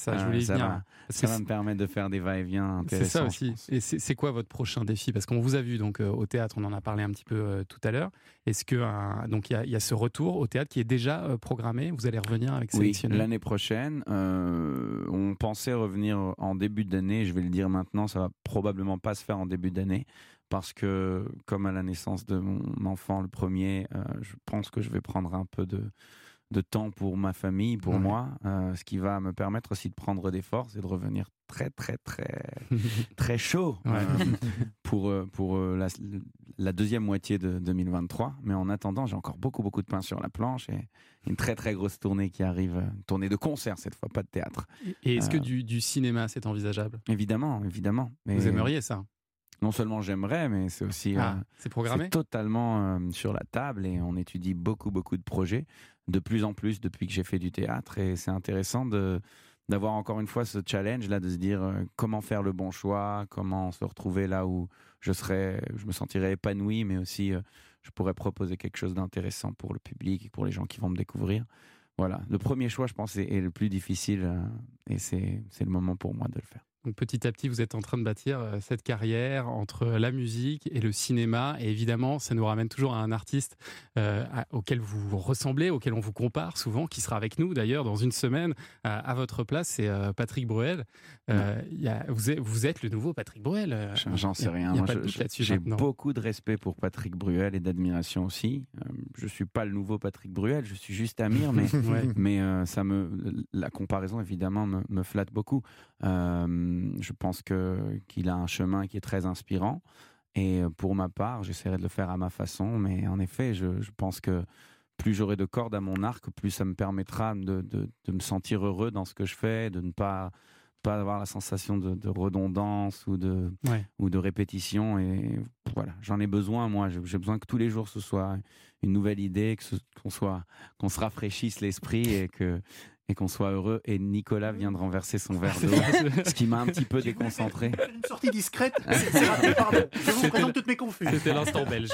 ça, je voulais y ça venir. Va, ça va me permettre de faire des va-et-vient intéressants. C'est ça aussi. Et c'est, c'est quoi votre prochain défi? Parce qu'on vous a vu donc euh, au théâtre, on en a parlé un petit peu euh, tout à l'heure. Est-ce que euh, donc il y, y a ce retour au théâtre qui est déjà euh, programmé? Vous allez revenir avec Sélectionné? Oui, l'année prochaine. Euh, on pensait revenir en début d'année. Je vais le dire maintenant, ça va probablement pas se faire en début d'année. Parce que, comme à la naissance de mon enfant, le premier, euh, je pense que je vais prendre un peu de, de temps pour ma famille, pour ouais. moi, euh, ce qui va me permettre aussi de prendre des forces et de revenir très, très, très, très chaud ouais. euh, pour, pour la, la deuxième moitié de deux mille vingt-trois. Mais en attendant, j'ai encore beaucoup, beaucoup de pain sur la planche et une très, très grosse tournée qui arrive, une tournée de concert cette fois, pas de théâtre. Et est-ce euh, que du, du cinéma, c'est envisageable? Évidemment, évidemment. Mais vous aimeriez ça? Non seulement j'aimerais, mais c'est aussi ah, euh, c'est programmé, c'est totalement euh, sur la table et on étudie beaucoup beaucoup de projets, de plus en plus depuis que j'ai fait du théâtre et c'est intéressant de d'avoir encore une fois ce challenge là de se dire euh, comment faire le bon choix, comment se retrouver là où je serais, je me sentirais épanoui, mais aussi euh, je pourrais proposer quelque chose d'intéressant pour le public et pour les gens qui vont me découvrir. Voilà, le premier choix je pense est, est le plus difficile euh, et c'est c'est le moment pour moi de le faire. Donc petit à petit, vous êtes en train de bâtir cette carrière entre la musique et le cinéma. Et évidemment, ça nous ramène toujours à un artiste euh, à, auquel vous ressemblez, auquel on vous compare souvent, qui sera avec nous d'ailleurs dans une semaine à, à votre place. C'est euh, Patrick Bruel. Euh, y a, vous, êtes, vous êtes le nouveau Patrick Bruel. Euh, J'en sais rien. Moi, je, je, j'ai maintenant. beaucoup de respect pour Patrick Bruel et d'admiration aussi. Euh, je suis pas le nouveau Patrick Bruel, je suis juste Amir, mais, ouais. mais euh, ça me, la comparaison évidemment me, me flatte beaucoup. Euh, Je pense que, qu'il a un chemin qui est très inspirant et pour ma part, j'essaierai de le faire à ma façon, mais en effet, je, je pense que plus j'aurai de cordes à mon arc, plus ça me permettra de, de, de me sentir heureux dans ce que je fais, de ne pas, pas avoir la sensation de, de redondance ou de, ouais. ou de répétition. Et voilà, j'en ai besoin, moi. J'ai besoin que tous les jours, ce soit une nouvelle idée, que ce, qu'on, soit, qu'on se rafraîchisse l'esprit et que... et qu'on soit heureux. Et Nicolas vient de renverser son verre d'eau, ce qui m'a un petit peu déconcentré. Une sortie discrète, c'est, c'est raté, pardon. Je vous présente toutes mes confuses. C'était l'instant belge.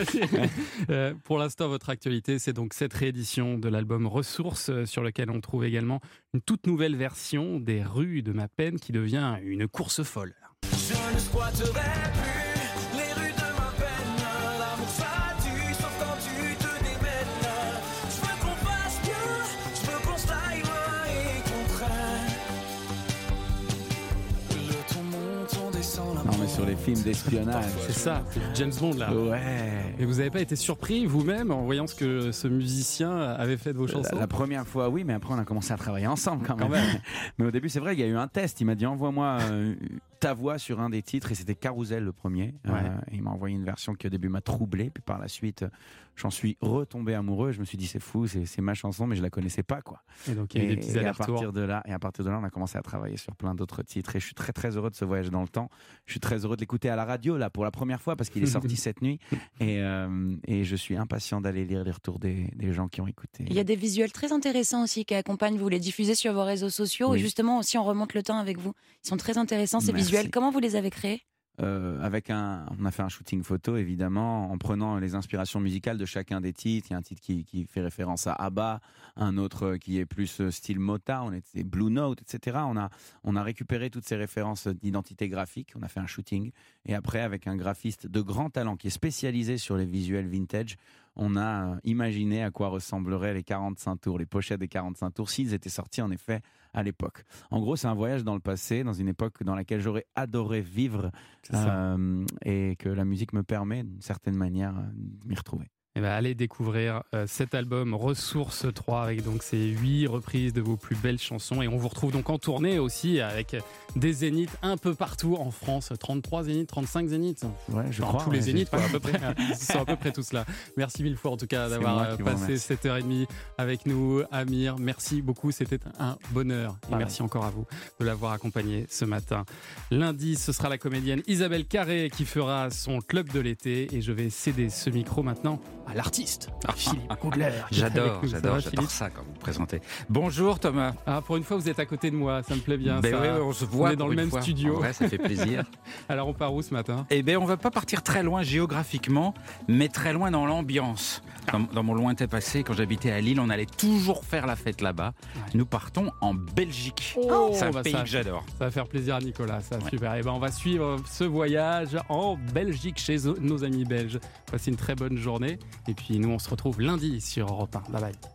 euh, pour l'instant, votre actualité, c'est donc cette réédition de l'album Ressources, sur lequel on trouve également une toute nouvelle version des Rues de ma peine qui devient une course folle. Je ne squatterai plus. Non mais sur les films d'espionnage. C'est ça, c'est James Bond là. Ouais. Et vous n'avez pas été surpris vous-même en voyant ce que ce musicien avait fait de vos chansons? La, la première fois oui, mais après on a commencé à travailler ensemble quand même. Quand même. Mais au début c'est vrai, il y a eu un test, il m'a dit envoie-moi euh, ta voix sur un des titres et c'était Carousel le premier. Ouais. Euh, et il m'a envoyé une version qui au début m'a troublé, puis par la suite j'en suis retombé amoureux. Je me suis dit c'est fou, c'est, c'est ma chanson, mais je la connaissais pas quoi. Et donc il y a eu des petits et à partir de là, et à partir de là, on a commencé à travailler sur plein d'autres titres. Et je suis très très heureux de ce voyage dans le temps. Je suis très heureux de l'écouter à la radio là pour la première fois parce qu'il est sorti cette nuit. Et, euh, et je suis impatient d'aller lire les retours des, des gens qui ont écouté. Il y a des visuels très intéressants aussi qui accompagnent. Vous les diffusez sur vos réseaux sociaux oui. et justement aussi on remonte le temps avec vous. Ils sont très intéressants ces Merci. Visuels. Comment vous les avez créés? Euh, avec un, on a fait un shooting photo évidemment en prenant les inspirations musicales de chacun des titres. Il y a un titre qui, qui fait référence à ABBA, un autre qui est plus style Motown, c'est Blue Note, et cetera. On a, on a récupéré toutes ces références d'identité graphique. On a fait un shooting et après avec un graphiste de grand talent qui est spécialisé sur les visuels vintage, on a imaginé à quoi ressembleraient les quarante-cinq tours, les pochettes des quarante-cinq tours s'ils étaient sortis en effet à l'époque. En gros, c'est un voyage dans le passé, dans une époque dans laquelle j'aurais adoré vivre euh, et que la musique me permet d'une certaine manière de m'y retrouver. Eh ben, allez découvrir euh, cet album Ressources trois avec donc ces huit reprises de vos plus belles chansons et on vous retrouve donc en tournée aussi avec des zéniths un peu partout en France, trente-trois zéniths, trente-cinq zéniths. Ouais, je enfin, crois. Tous ouais, les zéniths, quoi, à peu près. Ils sont à peu près tous là. Merci mille fois en tout cas d'avoir passé cette heure et demie avec nous, Amir. Merci beaucoup, c'était un bonheur et ah merci ouais. encore à vous de l'avoir accompagné ce matin. Lundi, ce sera la comédienne Isabelle Carré qui fera son club de l'été et je vais céder ce micro maintenant à l'artiste, Philippe Googler. J'adore, Ça j'adore, va, j'adore Philippe ça quand vous présentez. Bonjour Thomas. Ah, pour une fois, vous êtes à côté de moi, ça me plaît bien. Ben ça. oui, on se voit on est dans pour le une même fois. studio. En vrai, ça fait plaisir. Alors, on part où ce matin? Eh bien, on va pas partir très loin géographiquement, mais très loin dans l'ambiance. Dans, dans mon lointain passé, quand j'habitais à Lille, on allait toujours faire la fête là-bas. Ouais. Nous partons en Belgique. Oh, c'est un bah pays ça, que j'adore. Ça va faire plaisir à Nicolas, ça, ouais. super. Et ben, on va suivre ce voyage en Belgique chez nos amis belges. Passez une très bonne journée. Et puis, nous, on se retrouve lundi sur Europe un. Bye bye.